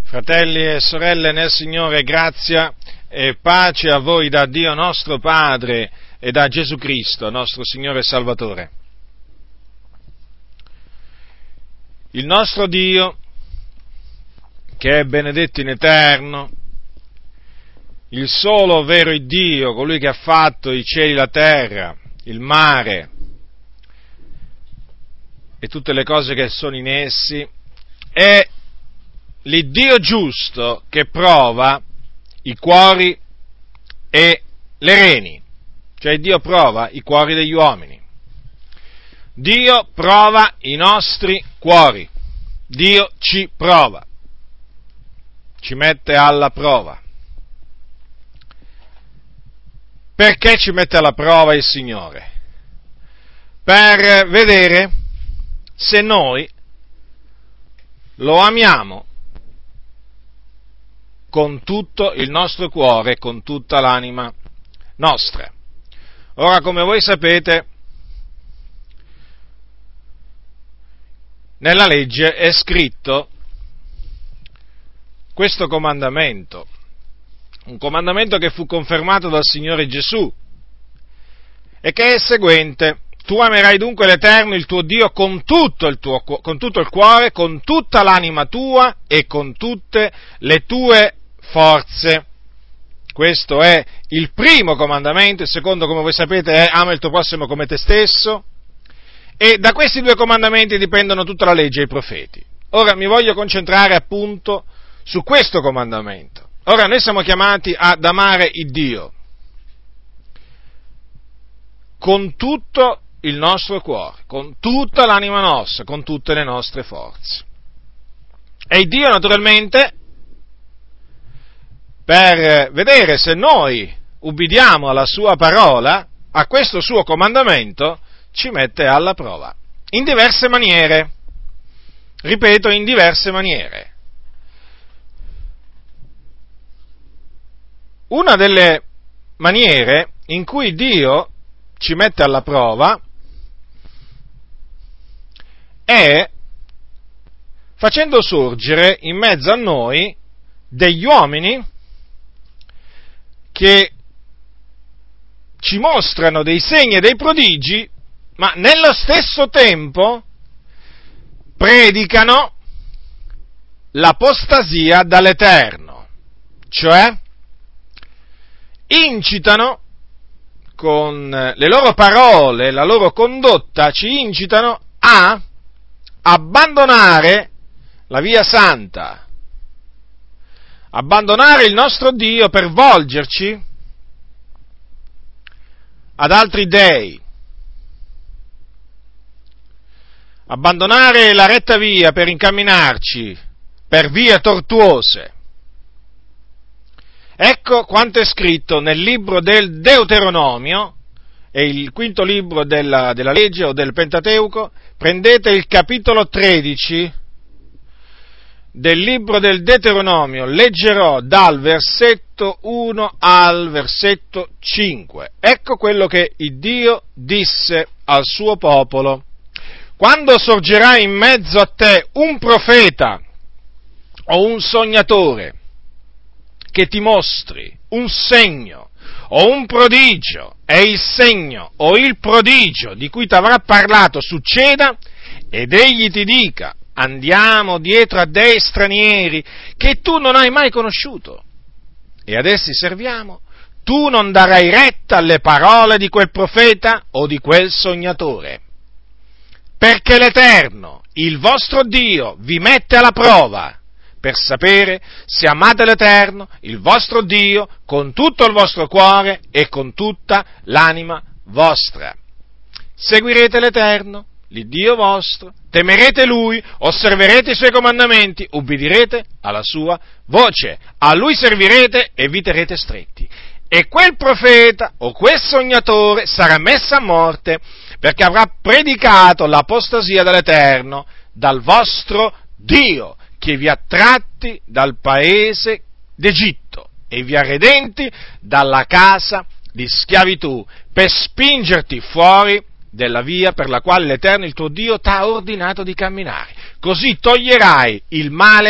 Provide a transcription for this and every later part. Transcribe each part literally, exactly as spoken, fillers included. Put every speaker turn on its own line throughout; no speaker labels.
Fratelli e sorelle nel Signore, grazia e pace a voi da Dio nostro Padre e da Gesù Cristo, nostro Signore e Salvatore. Il nostro Dio, che è benedetto in eterno, il solo vero Dio, colui che ha fatto i cieli, la terra, il mare e tutte le cose che sono in essi, è l'Iddio giusto che prova i cuori e le reni, cioè Dio prova i cuori degli uomini. Dio prova i nostri cuori, Dio ci prova, ci mette alla prova. Perché ci mette alla prova il Signore? Per vedere se noi lo amiamo con tutto il nostro cuore, con tutta l'anima nostra. Ora, come voi sapete, nella legge è scritto questo comandamento, un comandamento che fu confermato dal Signore Gesù, e che è il seguente: tu amerai dunque l'Eterno, il tuo Dio, con tutto il tuo, con tutto il cuore, con tutta l'anima tua e con tutte le tue forze. Questo è il primo comandamento. Il secondo, come voi sapete, è ama il tuo prossimo come te stesso, e da questi due comandamenti dipendono tutta la legge e i profeti. Ora mi voglio concentrare appunto su questo comandamento. Ora, noi siamo chiamati ad amare il Dio con tutto il nostro cuore, con tutta l'anima nostra, con tutte le nostre forze. E il Dio, naturalmente, per vedere se noi ubbidiamo alla sua parola, a questo suo comandamento, ci mette alla prova, in diverse maniere. Ripeto, in diverse maniere. Una delle maniere in cui Dio ci mette alla prova è facendo sorgere in mezzo a noi degli uomini che ci mostrano dei segni e dei prodigi, ma nello stesso tempo predicano l'apostasia dall'Eterno, cioè incitano con le loro parole, la loro condotta, ci incitano a abbandonare la via santa, abbandonare il nostro Dio per volgerci ad altri dei, abbandonare la retta via per incamminarci per vie tortuose. Ecco quanto è scritto nel libro del Deuteronomio, è il quinto libro della, della legge o del Pentateuco. Prendete il capitolo tredici del libro del Deuteronomio, leggerò dal versetto uno al versetto cinque. Ecco quello che il Dio disse al suo popolo: quando sorgerà in mezzo a te un profeta o un sognatore che ti mostri un segno o un prodigio, e il segno o il prodigio di cui ti avrà parlato succeda, ed egli ti dica: andiamo dietro a dei stranieri che tu non hai mai conosciuto, e ad essi serviamo, tu non darai retta alle parole di quel profeta o di quel sognatore, perché l'Eterno, il vostro Dio, vi mette alla prova per sapere se amate l'Eterno, il vostro Dio, con tutto il vostro cuore e con tutta l'anima vostra. Seguirete l'Eterno, l'Iddio vostro, temerete Lui, osserverete i Suoi comandamenti, ubbidirete alla Sua voce, a Lui servirete e vi terrete stretti. E quel profeta o quel sognatore sarà messo a morte, perché avrà predicato l'apostasia dall'Eterno, dal vostro Dio, che vi ha tratti dal paese d'Egitto e vi ha redenti dalla casa di schiavitù, per spingerti fuori della via per la quale l'Eterno, il tuo Dio, t'ha ordinato di camminare. Così toglierai il male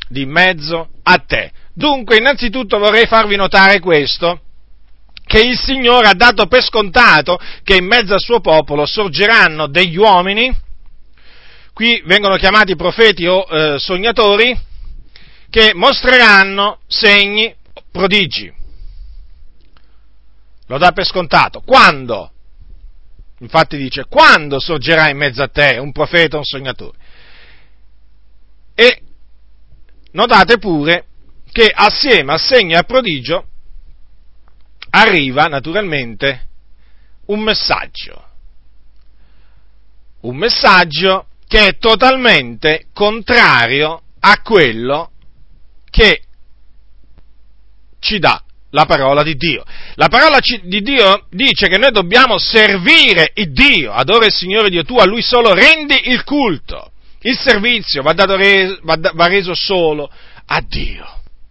di mezzo a te. Dunque, innanzitutto vorrei farvi notare questo, che il Signore ha dato per scontato che in mezzo al suo popolo sorgeranno degli uomini, qui vengono chiamati profeti o eh, sognatori, che mostreranno segni, prodigi. Lo dà per scontato. Quando? Infatti dice, quando sorgerà in mezzo a te un profeta o un sognatore? E notate pure che assieme al segno e al prodigio arriva naturalmente un messaggio. Un messaggio che è totalmente contrario a quello che ci dà la parola di Dio. La parola di Dio dice che noi dobbiamo servire il Dio, adora il Signore Dio tuo, a Lui solo rendi il culto. Il servizio va, dato reso, va, va reso solo a Dio.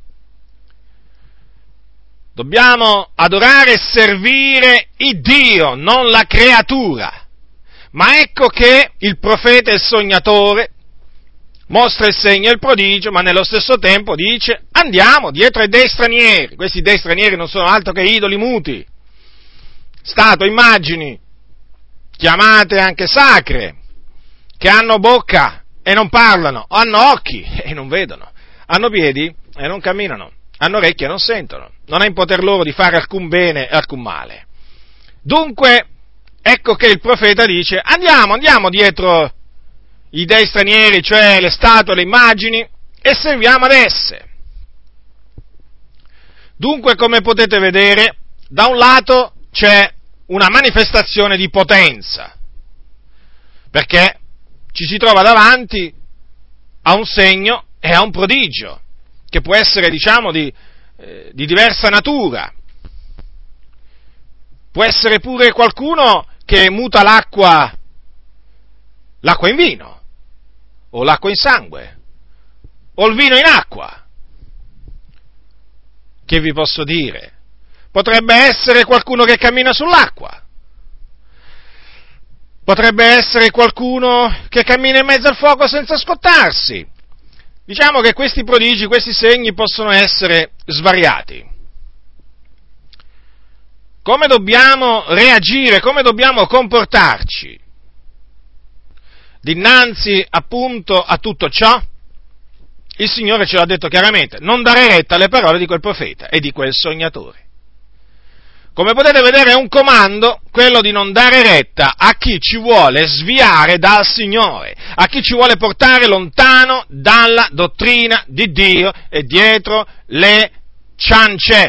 Dobbiamo adorare e servire il Dio, non la creatura. Ma ecco che il profeta e il sognatore mostra il segno e il prodigio, ma nello stesso tempo dice andiamo dietro ai dei stranieri. Questi dei stranieri non sono altro che idoli muti, statue, immagini, chiamate anche sacre, che hanno bocca e non parlano, hanno occhi e non vedono, hanno piedi e non camminano, hanno orecchie e non sentono, non è in poter loro di fare alcun bene e alcun male. Dunque, ecco che il profeta dice andiamo, andiamo dietro i dei stranieri, cioè le statue, le immagini, e serviamo ad esse. Dunque, come potete vedere, da un lato c'è una manifestazione di potenza, perché ci si trova davanti a un segno e a un prodigio, che può essere, diciamo, di, eh, di diversa natura. Può essere pure qualcuno che muta l'acqua, l'acqua in vino, o l'acqua in sangue, o il vino in acqua. Che vi posso dire? Potrebbe essere qualcuno che cammina sull'acqua. Potrebbe essere qualcuno che cammina in mezzo al fuoco senza scottarsi. Diciamo che questi prodigi, questi segni possono essere svariati. Come dobbiamo reagire, come dobbiamo comportarci dinanzi appunto a tutto ciò? Il Signore ce l'ha detto chiaramente, non dare retta alle parole di quel profeta e di quel sognatore. Come potete vedere è un comando quello di non dare retta a chi ci vuole sviare dal Signore, a chi ci vuole portare lontano dalla dottrina di Dio e dietro le ciance.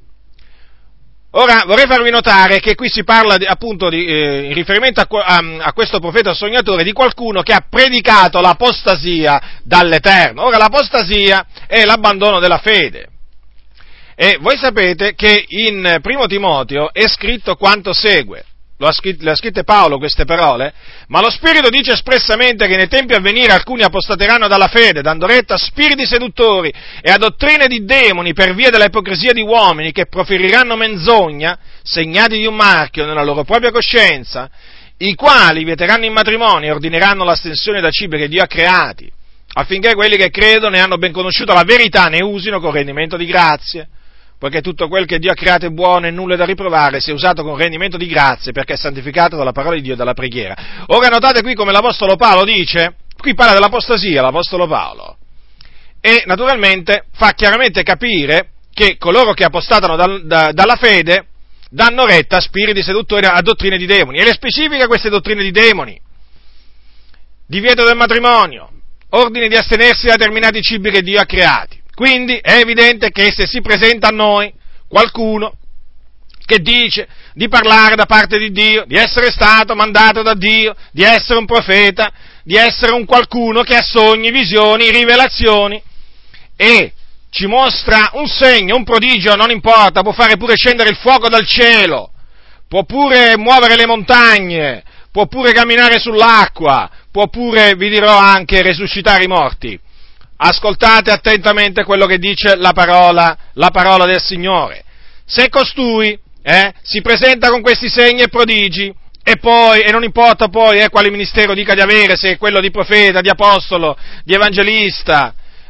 Ora vorrei farvi notare che qui si parla di, appunto di, eh, in riferimento a, a, a questo profeta sognatore di qualcuno che ha predicato l'apostasia dall'Eterno. Ora l'apostasia è l'abbandono della fede. E voi sapete che in Primo Timoteo è scritto quanto segue. Lo ha scritto, le ha scritte Paolo queste parole, ma lo Spirito dice espressamente che nei tempi a venire alcuni apostateranno dalla fede, dando retta a spiriti seduttori e a dottrine di demoni per via della ipocrisia di uomini che proferiranno menzogna, segnati di un marchio nella loro propria coscienza, i quali vieteranno il matrimonio e ordineranno l'astensione da cibi che Dio ha creati, affinché quelli che credono e hanno ben conosciuto la verità ne usino con rendimento di grazie. Poiché tutto quel che Dio ha creato è buono e nulla è da riprovare, se usato con rendimento di grazie, perché è santificato dalla parola di Dio e dalla preghiera. Ora notate qui come l'Apostolo Paolo dice, qui parla dell'apostasia, l'Apostolo Paolo, e naturalmente fa chiaramente capire che coloro che apostatano dal, da, dalla fede danno retta a spiriti seduttori, a dottrine di demoni, e le specifica queste dottrine di demoni: divieto del matrimonio, ordine di astenersi da determinati cibi che Dio ha creati. Quindi è evidente che se si presenta a noi qualcuno che dice di parlare da parte di Dio, di essere stato mandato da Dio, di essere un profeta, di essere un qualcuno che ha sogni, visioni, rivelazioni, e ci mostra un segno, un prodigio, non importa, può fare pure scendere il fuoco dal cielo, può pure muovere le montagne, può pure camminare sull'acqua, può pure, vi dirò, anche resuscitare i morti. Ascoltate attentamente quello che dice la parola, la parola del Signore. Se costui eh, si presenta con questi segni e prodigi, e poi, e non importa poi eh, quale ministero dica di avere, se è quello di profeta, di apostolo, di evangelista,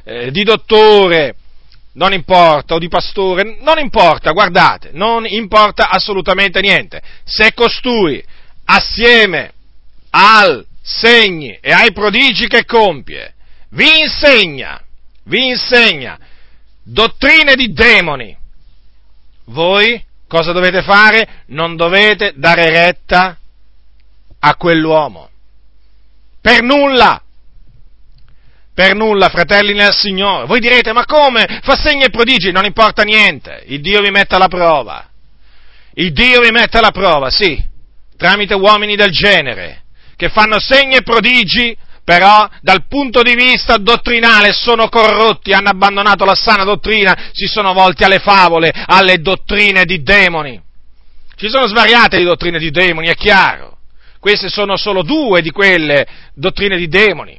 eh, di dottore, non importa, o di pastore, non importa, guardate, non importa assolutamente niente. Se costui, assieme ai segni e ai prodigi che compie, vi insegna, vi insegna dottrine di demoni, voi cosa dovete fare? Non dovete dare retta a quell'uomo. Per nulla! Per nulla, fratelli nel Signore. Voi direte, ma come? Fa segni e prodigi? Non importa niente. Il Dio vi mette alla prova. Il Dio vi mette alla prova, sì, tramite uomini del genere, che fanno segni e prodigi, però dal punto di vista dottrinale sono corrotti, hanno abbandonato la sana dottrina, si sono volti alle favole, alle dottrine di demoni. Ci sono svariate di dottrine di demoni, è chiaro. Queste sono solo due di quelle dottrine di demoni.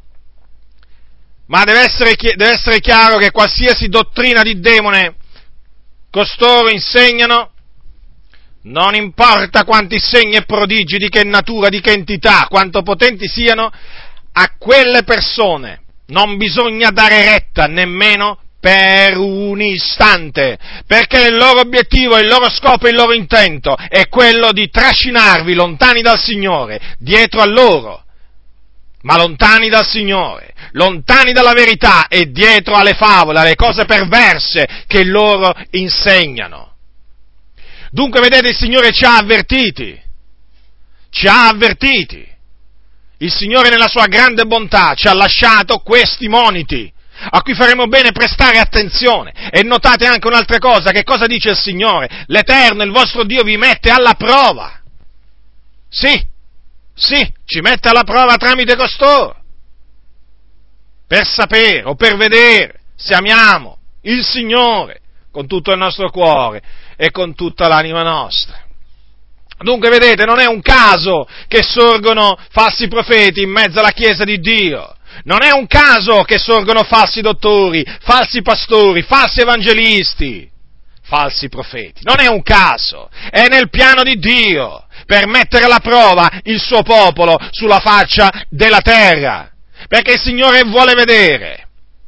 Ma deve essere, deve essere chiaro che qualsiasi dottrina di demone costoro insegnano, non importa quanti segni e prodigi, di che natura, di che entità, quanto potenti siano, a quelle persone non bisogna dare retta nemmeno per un istante, perché il loro obiettivo, il loro scopo, il loro intento è quello di trascinarvi lontani dal Signore, dietro a loro, ma lontani dal Signore, lontani dalla verità e dietro alle favole, alle cose perverse che loro insegnano. Dunque, vedete, il Signore ci ha avvertiti, ci ha avvertiti. Il Signore nella sua grande bontà ci ha lasciato questi moniti, a cui faremo bene prestare attenzione. E notate anche un'altra cosa, che cosa dice il Signore? L'Eterno, il vostro Dio, vi mette alla prova. Sì, sì, ci mette alla prova tramite costoro, per sapere o per vedere se amiamo il Signore con tutto il nostro cuore e con tutta l'anima nostra. Dunque, vedete, non è un caso che sorgono falsi profeti in mezzo alla Chiesa di Dio. Non è un caso che sorgono falsi dottori, falsi pastori, falsi evangelisti, falsi profeti. Non è un caso, è nel piano di Dio per mettere alla prova il suo popolo sulla faccia della terra, perché il Signore vuole vedere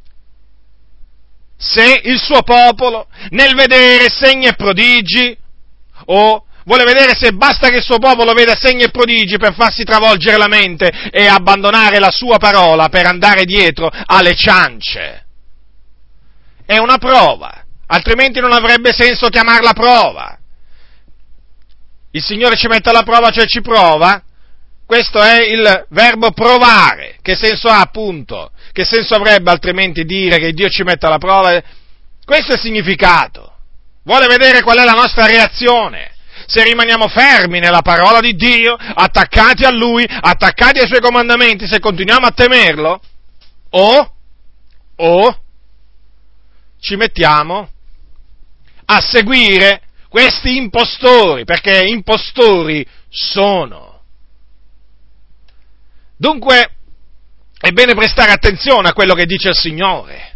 se il suo popolo, nel vedere segni e prodigi, o vuole vedere se basta che il suo popolo veda segni e prodigi per farsi travolgere la mente e abbandonare la sua parola per andare dietro alle ciance. È una prova, altrimenti non avrebbe senso chiamarla prova. Il Signore ci mette alla prova, cioè ci prova. Questo è il verbo provare. Che senso ha, appunto? Che senso avrebbe altrimenti dire che Dio ci mette alla prova? Questo è il significato. Vuole vedere qual è la nostra reazione. Se rimaniamo fermi nella parola di Dio, attaccati a Lui, attaccati ai Suoi comandamenti, se continuiamo a temerlo, o, o ci mettiamo a seguire questi impostori, perché impostori sono. Dunque, è bene prestare attenzione a quello che dice il Signore.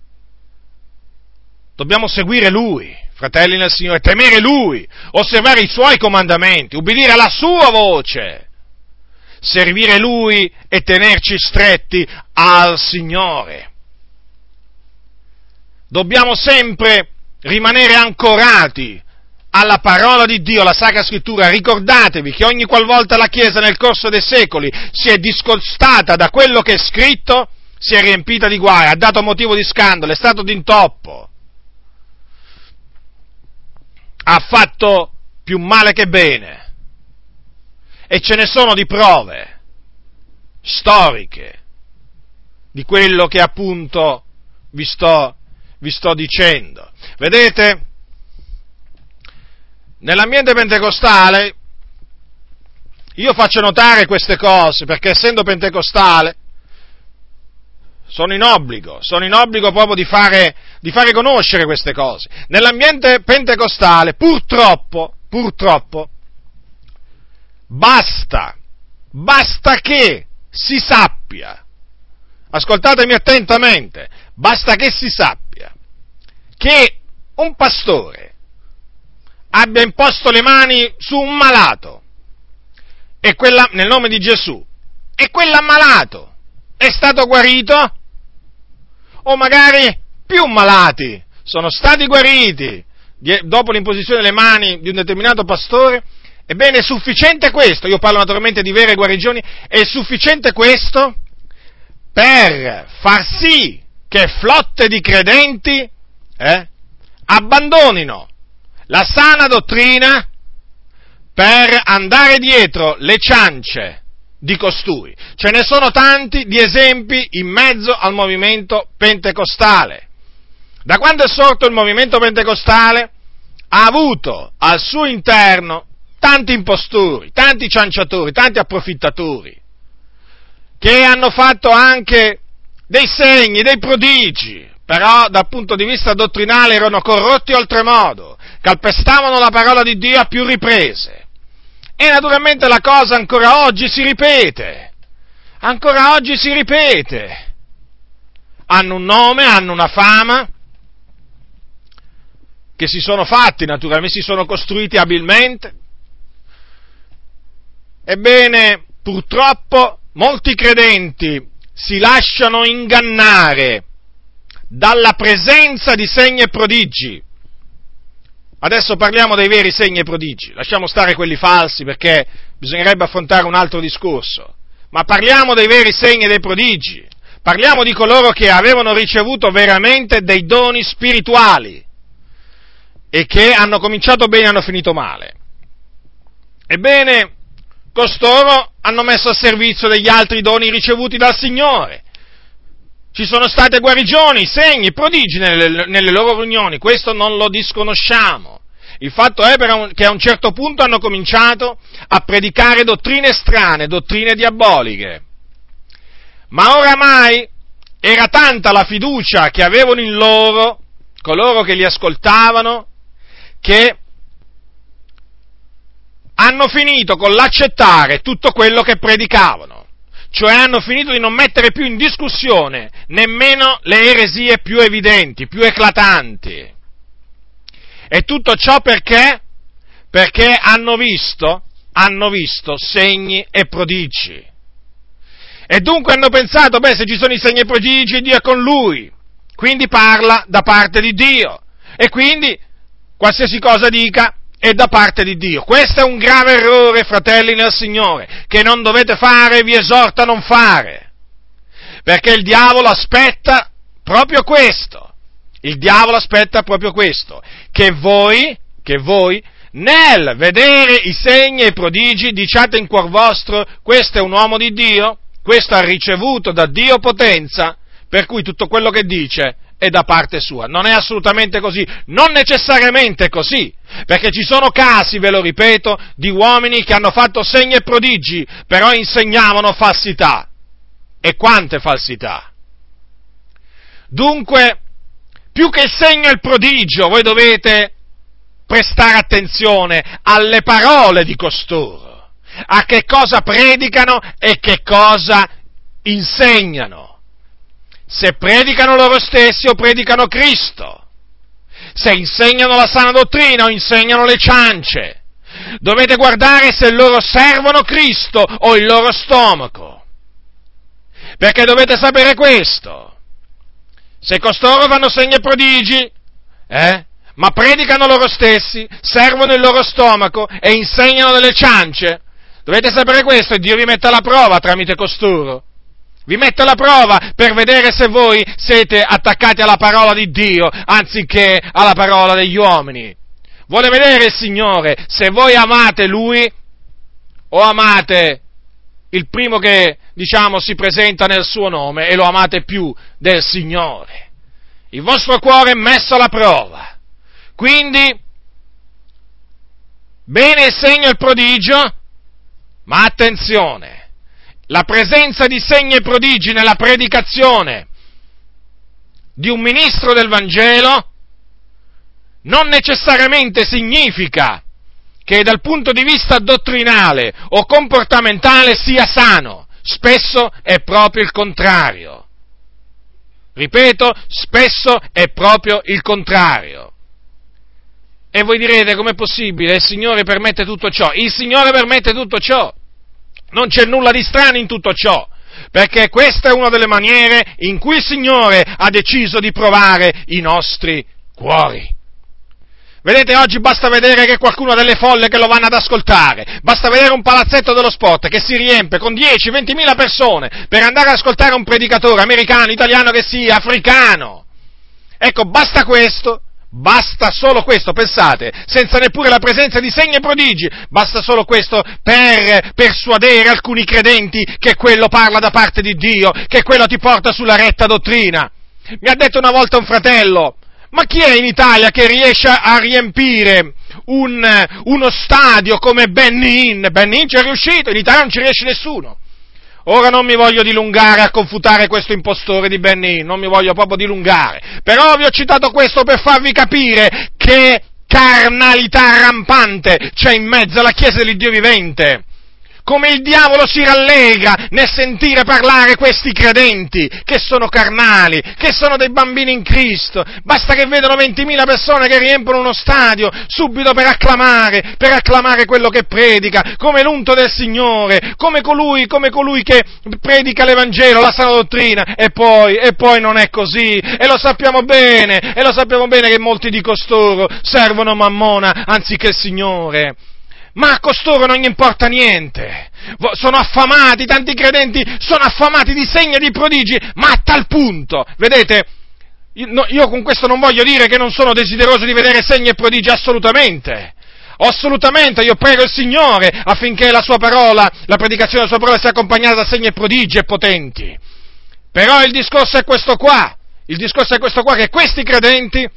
Dobbiamo seguire Lui, fratelli nel Signore, temere Lui, osservare i Suoi comandamenti, ubbidire alla Sua voce, servire Lui e tenerci stretti al Signore. Dobbiamo sempre rimanere ancorati alla parola di Dio, la Sacra Scrittura. Ricordatevi che ogni qualvolta la Chiesa nel corso dei secoli si è discostata da quello che è scritto, si è riempita di guai, ha dato motivo di scandalo, è stato d'intoppo, ha fatto più male che bene, e ce ne sono di prove storiche di quello che appunto vi sto, vi sto dicendo. Vedete? Nell'ambiente pentecostale io faccio notare queste cose perché, essendo pentecostale, sono in obbligo, sono in obbligo proprio di fare, di fare conoscere queste cose. Nell'ambiente pentecostale, purtroppo, purtroppo, basta, basta che si sappia, ascoltatemi attentamente, basta che si sappia che un pastore abbia imposto le mani su un malato, e quella, nel nome di Gesù, e quell'ammalato è stato guarito, o magari più malati sono stati guariti dopo l'imposizione delle mani di un determinato pastore. Ebbene, è sufficiente questo, io parlo naturalmente di vere guarigioni, è sufficiente questo per far sì che flotte di credenti eh, abbandonino la sana dottrina per andare dietro le ciance di costui. Ce ne sono tanti di esempi in mezzo al movimento pentecostale. Da quando è sorto il movimento pentecostale ha avuto al suo interno tanti impostori, tanti cianciatori, tanti approfittatori, che hanno fatto anche dei segni, dei prodigi, però dal punto di vista dottrinale erano corrotti oltremodo, calpestavano la parola di Dio a più riprese. E naturalmente la cosa ancora oggi si ripete, ancora oggi si ripete. Hanno un nome, hanno una fama, che si sono fatti, naturalmente si sono costruiti abilmente. Ebbene, purtroppo molti credenti si lasciano ingannare dalla presenza di segni e prodigi. Adesso parliamo dei veri segni e prodigi, lasciamo stare quelli falsi perché bisognerebbe affrontare un altro discorso, ma parliamo dei veri segni e dei prodigi, parliamo di coloro che avevano ricevuto veramente dei doni spirituali e che hanno cominciato bene e hanno finito male. Ebbene, costoro hanno messo a servizio degli altri doni ricevuti dal Signore. Ci sono state guarigioni, segni, prodigi nelle, nelle loro riunioni, questo non lo disconosciamo. Il fatto è che a un certo punto hanno cominciato a predicare dottrine strane, dottrine diaboliche. Ma oramai era tanta la fiducia che avevano in loro, coloro che li ascoltavano, che hanno finito con l'accettare tutto quello che predicavano. Cioè hanno finito di non mettere più in discussione nemmeno le eresie più evidenti, più eclatanti. E tutto ciò perché? Perché hanno visto, hanno visto segni e prodigi. E dunque hanno pensato, beh, se ci sono i segni e prodigi, Dio è con lui, quindi parla da parte di Dio. E quindi qualsiasi cosa dica è da parte di Dio. Questo è un grave errore, fratelli nel Signore, che non dovete fare, vi esorto a non fare, perché il diavolo aspetta proprio questo, il diavolo aspetta proprio questo, che voi, che voi, nel vedere i segni e i prodigi, diciate in cuor vostro, questo è un uomo di Dio, questo ha ricevuto da Dio potenza, per cui tutto quello che dice è da parte sua. Non è assolutamente così, non necessariamente così, perché ci sono casi, ve lo ripeto, di uomini che hanno fatto segni e prodigi, però insegnavano falsità. E quante falsità! Dunque, più che il segno e il prodigio, voi dovete prestare attenzione alle parole di costoro, a che cosa predicano e che cosa insegnano. Se predicano loro stessi o predicano Cristo, se insegnano la sana dottrina o insegnano le ciance, dovete guardare se loro servono Cristo o il loro stomaco, perché dovete sapere questo: se costoro fanno segni e prodigi, eh, ma predicano loro stessi, servono il loro stomaco e insegnano delle ciance, dovete sapere questo e Dio vi mette alla prova tramite costoro. Vi mette alla prova per vedere se voi siete attaccati alla parola di Dio anziché alla parola degli uomini. Vuole vedere il Signore se voi amate Lui o amate il primo che, diciamo, si presenta nel suo nome e lo amate più del Signore. Il vostro cuore è messo alla prova. Quindi, bene il segno e il prodigio, ma attenzione! La presenza di segni e prodigi nella predicazione di un ministro del Vangelo non necessariamente significa che dal punto di vista dottrinale o comportamentale sia sano. Spesso è proprio il contrario. Ripeto, spesso è proprio il contrario. E voi direte, com'è possibile? Il Signore permette tutto ciò. Il Signore permette tutto ciò. Non c'è nulla di strano in tutto ciò, perché questa è una delle maniere in cui il Signore ha deciso di provare i nostri cuori. Vedete, oggi basta vedere che qualcuno ha delle folle che lo vanno ad ascoltare, basta vedere un palazzetto dello sport che si riempie con dieci ventimila persone per andare ad ascoltare un predicatore americano, italiano che sia, africano. Ecco, basta questo, basta solo questo, pensate, senza neppure la presenza di segni e prodigi, basta solo questo per persuadere alcuni credenti che quello parla da parte di Dio, che quello ti porta sulla retta dottrina. Mi ha detto una volta un fratello: ma chi è in Italia che riesce a riempire un, uno stadio come Benny Hinn? Benny Hinn ci è riuscito, in Italia non ci riesce nessuno. Ora non mi voglio dilungare a confutare questo impostore di Benny Hinn, non mi voglio proprio dilungare, però vi ho citato questo per farvi capire che carnalità rampante c'è in mezzo alla Chiesa dell'Iddio vivente. Come il diavolo si rallegra nel sentire parlare questi credenti, che sono carnali, che sono dei bambini in Cristo. Basta che vedano ventimila persone che riempiono uno stadio, subito per acclamare, per acclamare quello che predica, come l'unto del Signore, come colui, come colui che predica l'Evangelo, la sana dottrina, e poi, e poi non è così, e lo sappiamo bene, e lo sappiamo bene che molti di costoro servono Mammona anziché il Signore. Ma a costoro non gli importa niente, sono affamati, tanti credenti sono affamati di segni e di prodigi, ma a tal punto, vedete, io, io con questo non voglio dire che non sono desideroso di vedere segni e prodigi, assolutamente, assolutamente, io prego il Signore affinché la sua parola, la predicazione della sua parola sia accompagnata da segni e prodigi e potenti, però il discorso è questo qua, il discorso è questo qua, che questi credenti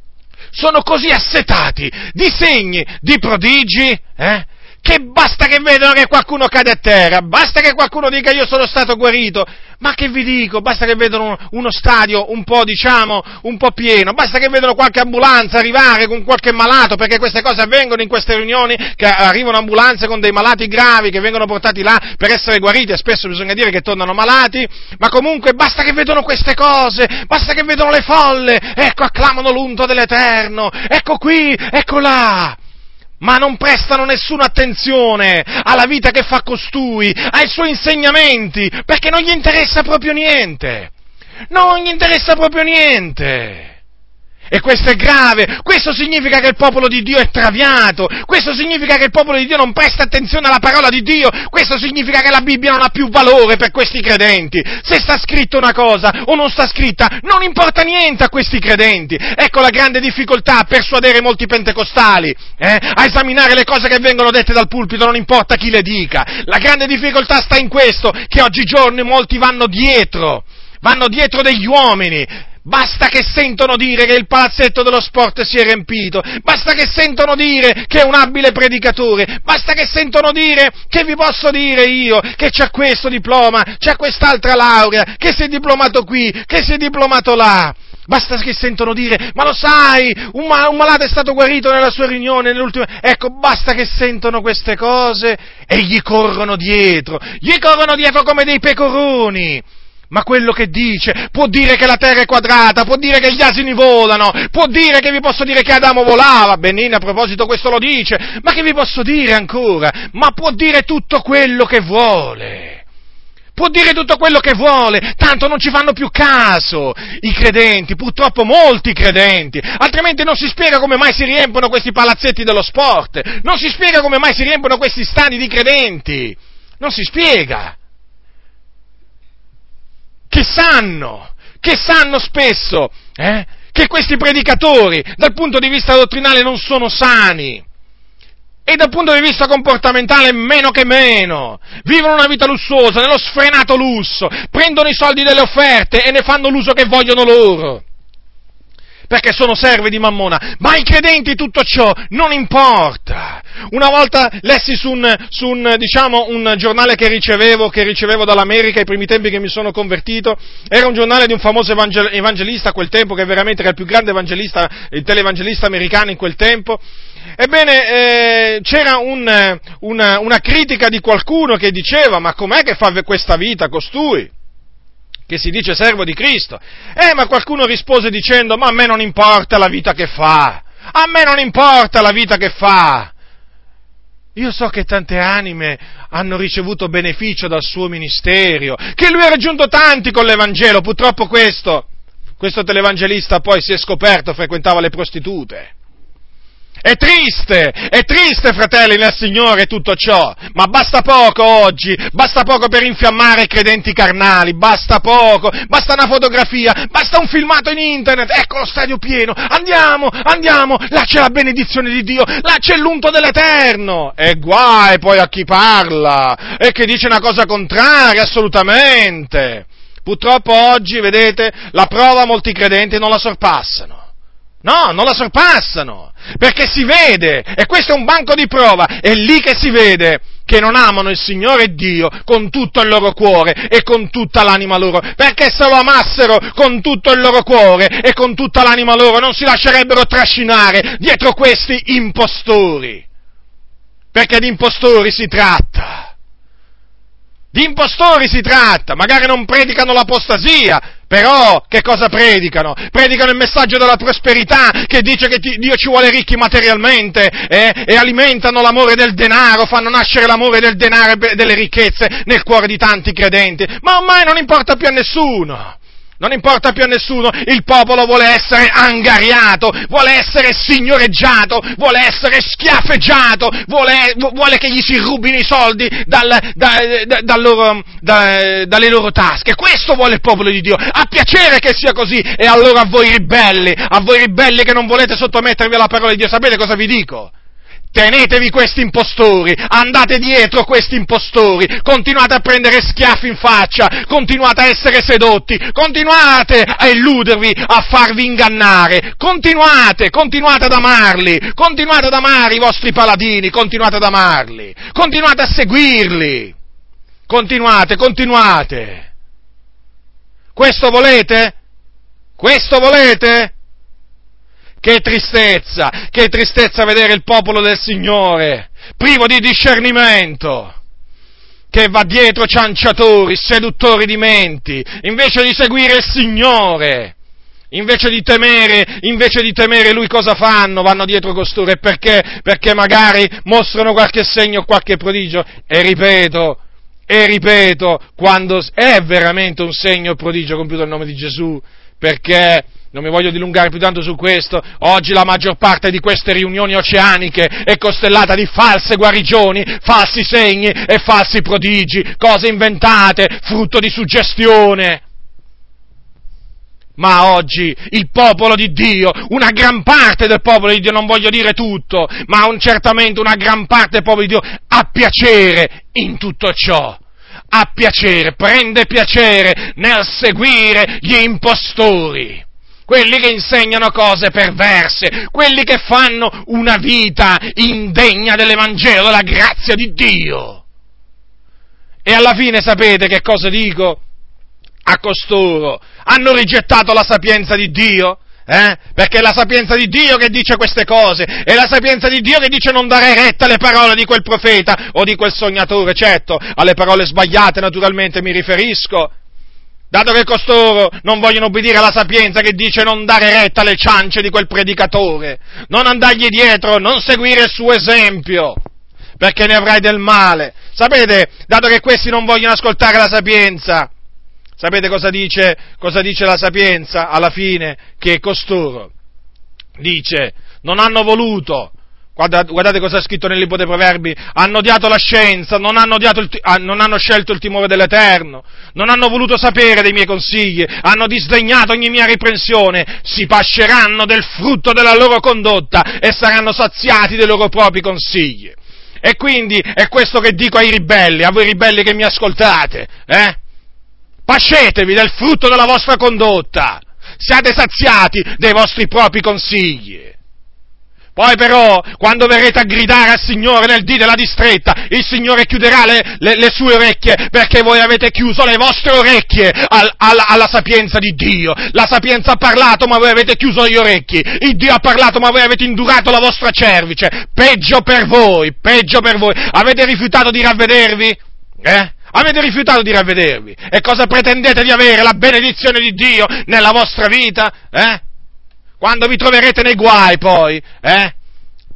sono così assetati di segni, di prodigi, eh, che basta che vedono che qualcuno cade a terra, basta che qualcuno dica io sono stato guarito, ma che vi dico, basta che vedono uno stadio un po', diciamo, un po' pieno, basta che vedono qualche ambulanza arrivare con qualche malato, perché queste cose avvengono in queste riunioni, che arrivano ambulanze con dei malati gravi che vengono portati là per essere guariti, e spesso bisogna dire che tornano malati, ma comunque basta che vedono queste cose, basta che vedono le folle, ecco, acclamano l'unto dell'Eterno, ecco qui, ecco là. Ma non prestano nessuna attenzione alla vita che fa costui, ai suoi insegnamenti, perché non gli interessa proprio niente. Non gli interessa proprio niente. E questo è grave, questo significa che il popolo di Dio è traviato, questo significa che il popolo di Dio non presta attenzione alla parola di Dio, questo significa che la Bibbia non ha più valore per questi credenti. Se sta scritta una cosa o non sta scritta, non importa niente a questi credenti. Ecco la grande difficoltà a persuadere molti pentecostali, eh, a esaminare le cose che vengono dette dal pulpito, non importa chi le dica. La grande difficoltà sta in questo, che oggigiorno molti vanno dietro, vanno dietro degli uomini. Basta che sentono dire che il palazzetto dello sport si è riempito, basta che sentono dire che è un abile predicatore, basta che sentono dire, che vi posso dire io, che c'ha questo diploma, c'ha quest'altra laurea, che si è diplomato qui, che si è diplomato là. Basta che sentono dire, ma lo sai, un, mal- un malato è stato guarito nella sua riunione, nell'ultima... Ecco, basta che sentono queste cose e gli corrono dietro, gli corrono dietro come dei pecoroni. Ma quello che dice, può dire che la terra è quadrata, può dire che gli asini volano, può dire che vi posso dire che Adamo volava, Benigni a proposito questo lo dice, ma che vi posso dire ancora? Ma può dire tutto quello che vuole, può dire tutto quello che vuole, tanto non ci fanno più caso i credenti, purtroppo molti credenti, altrimenti non si spiega come mai si riempiono questi palazzetti dello sport, non si spiega come mai si riempiono questi stadi di credenti, non si spiega. Che sanno, che sanno spesso, eh, che questi predicatori dal punto di vista dottrinale non sono sani e dal punto di vista comportamentale meno che meno, vivono una vita lussuosa, nello sfrenato lusso, prendono i soldi delle offerte e ne fanno l'uso che vogliono loro, perché sono servi di Mammona, ma ai credenti tutto ciò non importa. Una volta lessi su un, su un, diciamo, un giornale che ricevevo, che ricevevo dall'America ai primi tempi che mi sono convertito, era un giornale di un famoso evangel- evangelista a quel tempo, che veramente era il più grande evangelista, il televangelista americano in quel tempo. Ebbene, eh, c'era un, una, una critica di qualcuno che diceva, ma com'è che fa questa vita costui, che si dice servo di Cristo? Eh, ma qualcuno rispose dicendo, ma a me non importa la vita che fa, a me non importa la vita che fa, Io so che tante anime hanno ricevuto beneficio dal suo ministero, che lui ha raggiunto tanti con l'Evangelo. Purtroppo questo, questo televangelista poi si è scoperto, frequentava le prostitute. È triste, è triste, fratelli nel Signore, tutto ciò, ma basta poco oggi, basta poco per infiammare i credenti carnali, basta poco, basta una fotografia, basta un filmato in internet, ecco lo stadio pieno, andiamo, andiamo, là c'è la benedizione di Dio, là c'è l'unto dell'Eterno, e guai poi a chi parla, e che dice una cosa contraria, assolutamente. Purtroppo oggi, vedete, la prova molti credenti non la sorpassano. No, non la sorpassano, perché si vede, e questo è un banco di prova, è lì che si vede che non amano il Signore Dio con tutto il loro cuore e con tutta l'anima loro, perché se lo amassero con tutto il loro cuore e con tutta l'anima loro non si lascerebbero trascinare dietro questi impostori, perché di impostori si tratta. Di impostori si tratta, magari non predicano l'apostasia, però che cosa predicano? Predicano il messaggio della prosperità, che dice che ti, Dio ci vuole ricchi materialmente, eh, e alimentano l'amore del denaro, fanno nascere l'amore del denaro e delle ricchezze nel cuore di tanti credenti, ma ormai non importa più a nessuno. Non importa più a nessuno, il popolo vuole essere angariato, vuole essere signoreggiato, vuole essere schiaffeggiato, vuole, vuole che gli si rubino i soldi dal, da, da, da loro, da, dalle loro tasche. Questo vuole il popolo di Dio. Ha piacere che sia così. E allora a voi ribelli, a voi ribelli che non volete sottomettervi alla parola di Dio, sapete cosa vi dico? Tenetevi questi impostori, andate dietro questi impostori, continuate a prendere schiaffi in faccia, continuate a essere sedotti, continuate a illudervi, a farvi ingannare, continuate, continuate ad amarli, continuate ad amare i vostri paladini, continuate ad amarli, continuate a seguirli, continuate, continuate. Questo volete? Questo volete? Che tristezza, che tristezza vedere il popolo del Signore, privo di discernimento, che va dietro cianciatori, seduttori di menti, invece di seguire il Signore, invece di temere, invece di temere Lui cosa fanno? Vanno dietro costoro, e perché? Perché magari mostrano qualche segno o qualche prodigio, e ripeto, e ripeto, quando è veramente un segno o prodigio compiuto nel nome di Gesù, perché non mi voglio dilungare più tanto su questo, oggi la maggior parte di queste riunioni oceaniche è costellata di false guarigioni, falsi segni e falsi prodigi, cose inventate, frutto di suggestione. Ma oggi il popolo di Dio, una gran parte del popolo di Dio, non voglio dire tutto, ma un, certamente una gran parte del popolo di Dio ha piacere in tutto ciò. Ha piacere, prende piacere nel seguire gli impostori. Quelli che insegnano cose perverse, quelli che fanno una vita indegna dell'Evangelo, della grazia di Dio. E alla fine sapete che cosa dico? A costoro hanno rigettato la sapienza di Dio, eh? Perché è la sapienza di Dio che dice queste cose, è la sapienza di Dio che dice non dare retta alle parole di quel profeta o di quel sognatore, certo, alle parole sbagliate naturalmente mi riferisco. Dato che costoro non vogliono obbedire alla sapienza che dice non dare retta alle ciance di quel predicatore, non andargli dietro, non seguire il suo esempio, perché ne avrai del male. Sapete, dato che questi non vogliono ascoltare la sapienza, sapete cosa dice, cosa dice la sapienza alla fine? Che costoro, dice, non hanno voluto. Guardate, guardate cosa è scritto nel libro dei Proverbi, hanno odiato la scienza, non hanno, odiato il, non hanno scelto il timore dell'Eterno, non hanno voluto sapere dei miei consigli, hanno disdegnato ogni mia riprensione, si pasceranno del frutto della loro condotta e saranno saziati dei loro propri consigli. E quindi è questo che dico ai ribelli, a voi ribelli che mi ascoltate, eh? Pascetevi del frutto della vostra condotta, siate saziati dei vostri propri consigli. Poi però, quando verrete a gridare al Signore nel dì della distretta, il Signore chiuderà le, le, le sue orecchie, perché voi avete chiuso le vostre orecchie al, al, alla sapienza di Dio. La sapienza ha parlato, ma voi avete chiuso gli orecchi. Il Dio ha parlato, ma voi avete indurato la vostra cervice. Peggio per voi, peggio per voi. Avete rifiutato di ravvedervi? Eh? Avete rifiutato di ravvedervi? E cosa pretendete di avere? La benedizione di Dio nella vostra vita? Eh? Quando vi troverete nei guai poi, eh?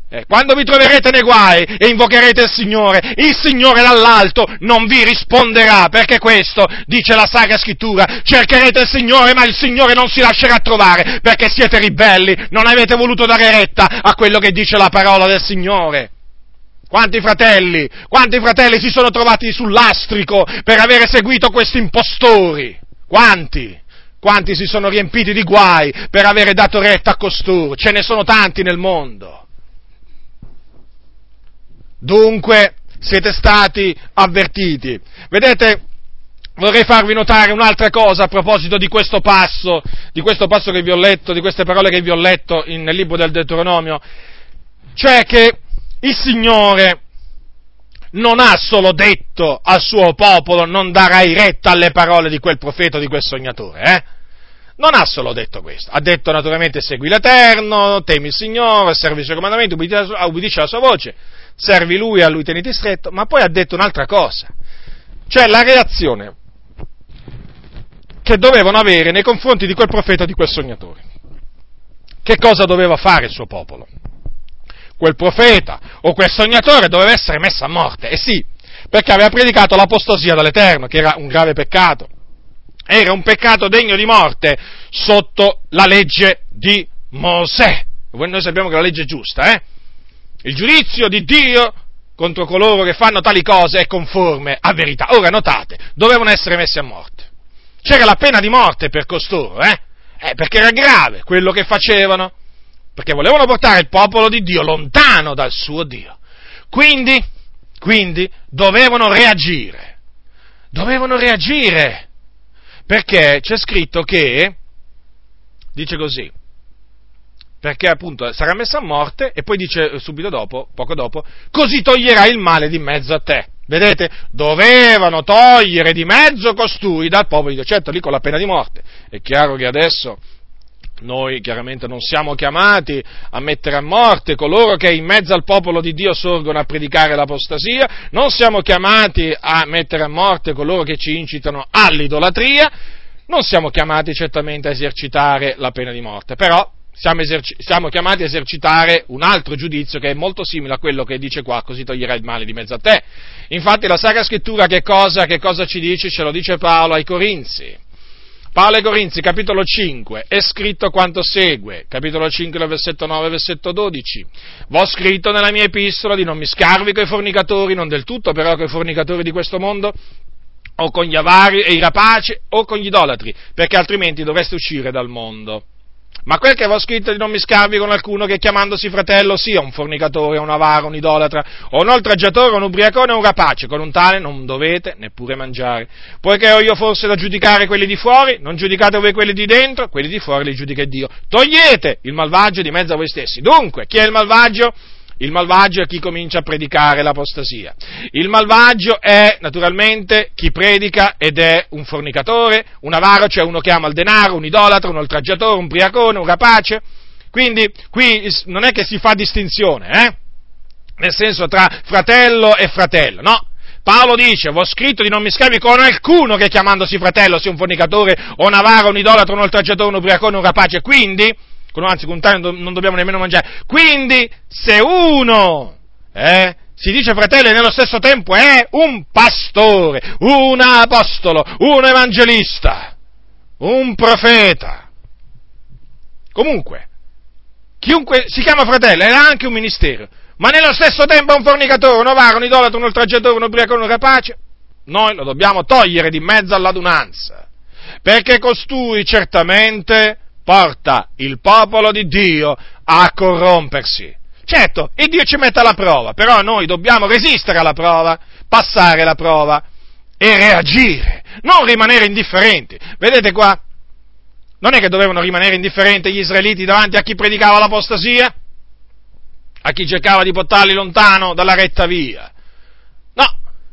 Eh, quando vi troverete nei guai e invocherete il Signore, il Signore dall'alto non vi risponderà, perché questo dice la Sacra Scrittura: cercherete il Signore, ma il Signore non si lascerà trovare, perché siete ribelli, non avete voluto dare retta a quello che dice la parola del Signore. Quanti fratelli, quanti fratelli si sono trovati sul lastrico per avere seguito questi impostori? Quanti? Quanti si sono riempiti di guai per avere dato retta a costoro? Ce ne sono tanti nel mondo. Dunque, siete stati avvertiti. Vedete, vorrei farvi notare un'altra cosa a proposito di questo passo, di questo passo che vi ho letto, di queste parole che vi ho letto in, nel libro del Deuteronomio, cioè che il Signore non ha solo detto al suo popolo: non darai retta alle parole di quel profeta o di quel sognatore, eh? Non ha solo detto questo, ha detto naturalmente: segui l'Eterno, temi il Signore, servi i suoi comandamenti, ubbidisci alla sua voce, servi Lui e a Lui teniti stretto, ma poi ha detto un'altra cosa, cioè la reazione che dovevano avere nei confronti di quel profeta o di quel sognatore. Che cosa doveva fare il suo popolo? Quel profeta o quel sognatore doveva essere messo a morte, e eh sì, perché aveva predicato l'apostasia dall'Eterno, che era un grave peccato. Era un peccato degno di morte sotto la legge di Mosè. Noi sappiamo che la legge è giusta, eh? Il giudizio di Dio contro coloro che fanno tali cose è conforme a verità. Ora notate, dovevano essere messi a morte. C'era la pena di morte per costoro, eh? Eh, perché era grave quello che facevano, perché volevano portare il popolo di Dio lontano dal suo Dio. Quindi, quindi dovevano reagire. Dovevano reagire. Perché c'è scritto che, dice così, perché appunto sarà messa a morte, e poi dice subito dopo, poco dopo, così toglierai il male di mezzo a te. Vedete? Dovevano togliere di mezzo costui dal popolo di Dio, certo lì con la pena di morte. È chiaro che adesso noi chiaramente non siamo chiamati a mettere a morte coloro che in mezzo al popolo di Dio sorgono a predicare l'apostasia, non siamo chiamati a mettere a morte coloro che ci incitano all'idolatria, non siamo chiamati certamente a esercitare la pena di morte, però siamo, eserci- siamo chiamati a esercitare un altro giudizio che è molto simile a quello che dice qua: così toglierai il male di mezzo a te. Infatti la Sacra Scrittura che cosa, che cosa ci dice? Ce lo dice Paolo ai Corinzi. Paolo ai Corinzi, capitolo cinque, è scritto quanto segue, capitolo cinque, versetto nove, versetto dodici. V'ho scritto nella mia epistola di non mischiarvi coi fornicatori, non del tutto però coi fornicatori di questo mondo, o con gli avari e i rapaci, o con gli idolatri, perché altrimenti dovreste uscire dal mondo. Ma quel che avevo scritto di non mischiarvi con alcuno che chiamandosi fratello sia un fornicatore, un avaro, un idolatra, o un oltraggiatore, un ubriacone o un rapace, con un tale non dovete neppure mangiare. Poiché ho io forse da giudicare quelli di fuori, non giudicate voi quelli di dentro, quelli di fuori li giudica Dio. Togliete il malvagio di mezzo a voi stessi. Dunque, chi è il malvagio? Il malvagio è chi comincia a predicare l'apostasia. Il malvagio è, naturalmente, chi predica ed è un fornicatore, un avaro, cioè uno che ama il denaro, un idolatra, un oltraggiatore, un briacone, un rapace. Quindi, qui non è che si fa distinzione, eh? Nel senso tra fratello e fratello, no. Paolo dice: v'ho scritto di non mischiarvi con alcuno che chiamandosi fratello sia un fornicatore, o un avaro, un idolatra, un oltraggiatore, un ubriacone, un rapace. Quindi, anzi, con tale non dobbiamo nemmeno mangiare. Quindi, se uno eh, si dice fratello e nello stesso tempo è un pastore, un apostolo, un evangelista, un profeta, comunque, chiunque si chiama fratello è anche un ministero, ma nello stesso tempo è un fornicatore, un avaro, un idolatra, un oltraggiatore, un ubriacone, un rapace, noi lo dobbiamo togliere di mezzo all'adunanza, perché costui certamente porta il popolo di Dio a corrompersi. Certo, il Dio ci mette alla prova, però noi dobbiamo resistere alla prova, passare la prova e reagire, non rimanere indifferenti. Vedete qua? Non è che dovevano rimanere indifferenti gli israeliti davanti a chi predicava l'apostasia, a chi cercava di portarli lontano dalla retta via. No,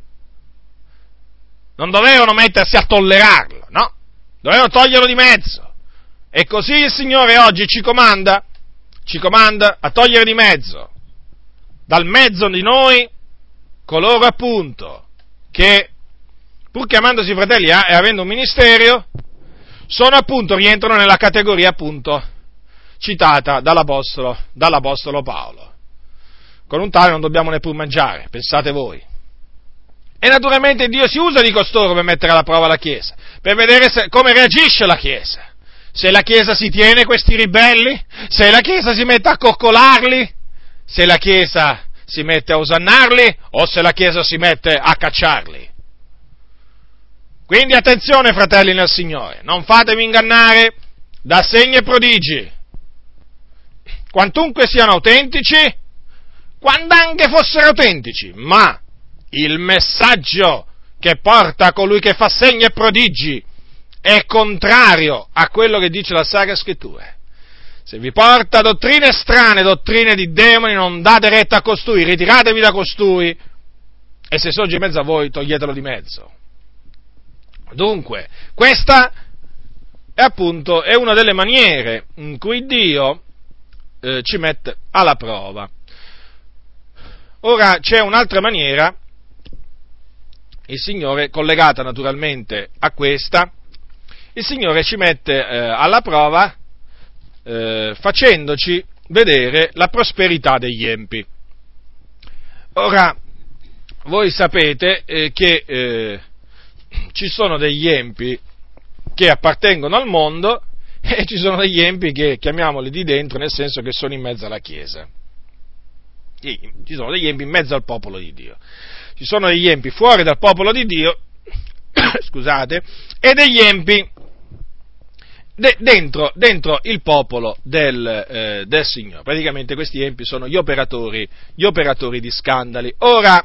non dovevano mettersi a tollerarlo, no, dovevano toglierlo di mezzo. E così il Signore oggi ci comanda, ci comanda a togliere di mezzo, dal mezzo di noi, coloro appunto che, pur chiamandosi fratelli e avendo un ministero, sono appunto, rientrano nella categoria appunto citata dall'Apostolo, dall'Apostolo Paolo. con un tale non dobbiamo neppur mangiare, pensate voi. E naturalmente Dio si usa di costoro per mettere alla prova la Chiesa, per vedere se, come reagisce la Chiesa. Se la Chiesa si tiene questi ribelli, se la Chiesa si mette a coccolarli, se la Chiesa si mette a osannarli o se la Chiesa si mette a cacciarli. Quindi attenzione, fratelli nel Signore, non fatevi ingannare da segni e prodigi, quantunque siano autentici, quando anche fossero autentici, ma il messaggio che porta colui che fa segni e prodigi è contrario a quello che dice la Sacra Scrittura. Se vi porta dottrine strane, dottrine di demoni, non date retta a costui, ritiratevi da costui, e se sorge in mezzo a voi, toglietelo di mezzo. Dunque, questa è appunto è una delle maniere in cui Dio eh, ci mette alla prova. Ora c'è un'altra maniera, il Signore, collegata naturalmente a questa, il Signore ci mette eh, alla prova eh, facendoci vedere la prosperità degli empi. Ora, voi sapete eh, che eh, ci sono degli empi che appartengono al mondo e ci sono degli empi che chiamiamoli di dentro, nel senso che sono in mezzo alla Chiesa. Ci sono degli empi in mezzo al popolo di Dio. Ci sono degli empi fuori dal popolo di Dio, scusate, e degli empi de- dentro, dentro il popolo del, eh, del Signore. Praticamente questi empi sono gli operatori, gli operatori di scandali. Ora,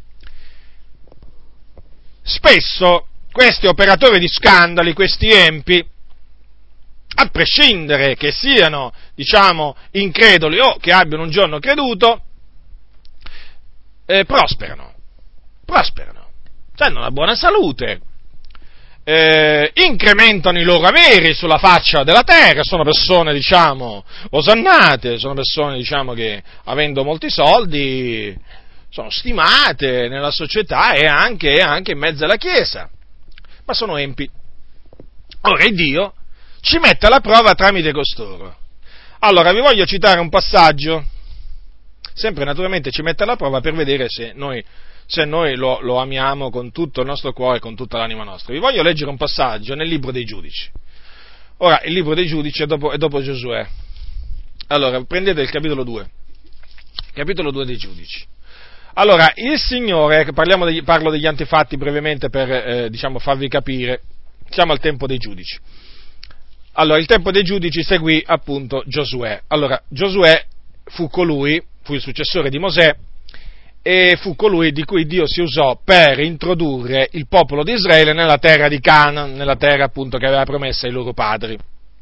spesso questi operatori di scandali, questi empi, a prescindere che siano, diciamo, increduli o che abbiano un giorno creduto, eh, prosperano, prosperano, hanno una buona salute, eh, incrementano i loro averi sulla faccia della terra, sono persone, diciamo, osannate, sono persone, diciamo, che avendo molti soldi sono stimate nella società e anche, anche in mezzo alla Chiesa, ma sono empi. Ora il Dio ci mette alla prova tramite costoro. Allora vi voglio citare un passaggio, sempre naturalmente ci mette alla prova per vedere se noi, se noi lo, lo amiamo con tutto il nostro cuore e con tutta l'anima nostra. Vi voglio leggere un passaggio nel libro dei Giudici. Ora, il libro dei Giudici è dopo, è dopo Giosuè. Allora, prendete il capitolo due, capitolo due dei Giudici. Allora, il Signore, parliamo degli, parlo degli antefatti brevemente per, eh, diciamo, farvi capire, siamo al tempo dei giudici. Allora, il tempo dei giudici seguì appunto Giosuè. Allora, Giosuè fu colui, fu il successore di Mosè, e fu colui di cui Dio si usò per introdurre il popolo di Israele nella terra di Canaan, nella terra appunto che aveva promessa ai loro padri.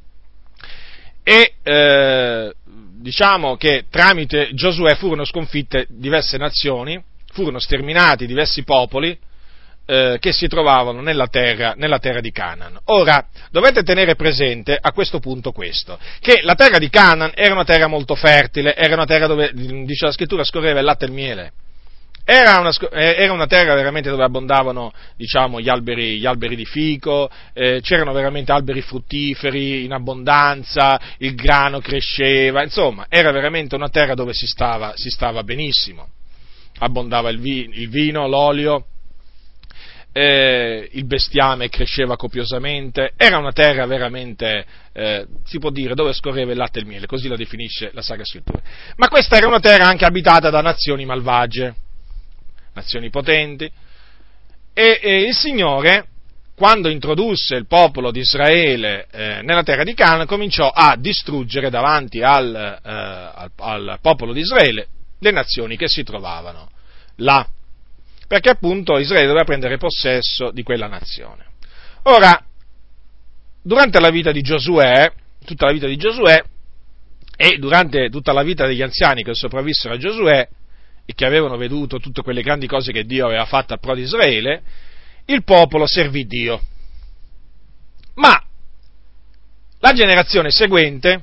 E, eh, diciamo che tramite Giosuè furono sconfitte diverse nazioni, furono sterminati diversi popoli eh, che si trovavano nella terra, nella terra di Canaan. Ora, dovete tenere presente a questo punto questo, che la terra di Canaan era una terra molto fertile, era una terra dove, dice la scrittura, scorreva il latte e il miele. Era una, era una terra veramente dove abbondavano, diciamo, gli alberi, gli alberi di fico, eh, c'erano veramente alberi fruttiferi in abbondanza, il grano cresceva, insomma, era veramente una terra dove si stava, si stava benissimo. Abbondava il, vi, il vino, l'olio, eh, il bestiame cresceva copiosamente, era una terra veramente, eh, si può dire, dove scorreva il latte e il miele, così la definisce la Sacra Scrittura. Ma questa era una terra anche abitata da nazioni malvagie, nazioni potenti, e, e il Signore, quando introdusse il popolo di Israele eh, nella terra di Canaan, cominciò a distruggere davanti al, eh, al, al popolo di Israele le nazioni che si trovavano là, perché appunto Israele doveva prendere possesso di quella nazione. Ora, durante la vita di Giosuè, tutta la vita di Giosuè, e durante tutta la vita degli anziani che sopravvissero a Giosuè, e che avevano veduto tutte quelle grandi cose che Dio aveva fatto a pro di Israele, il popolo servì Dio. Ma la generazione seguente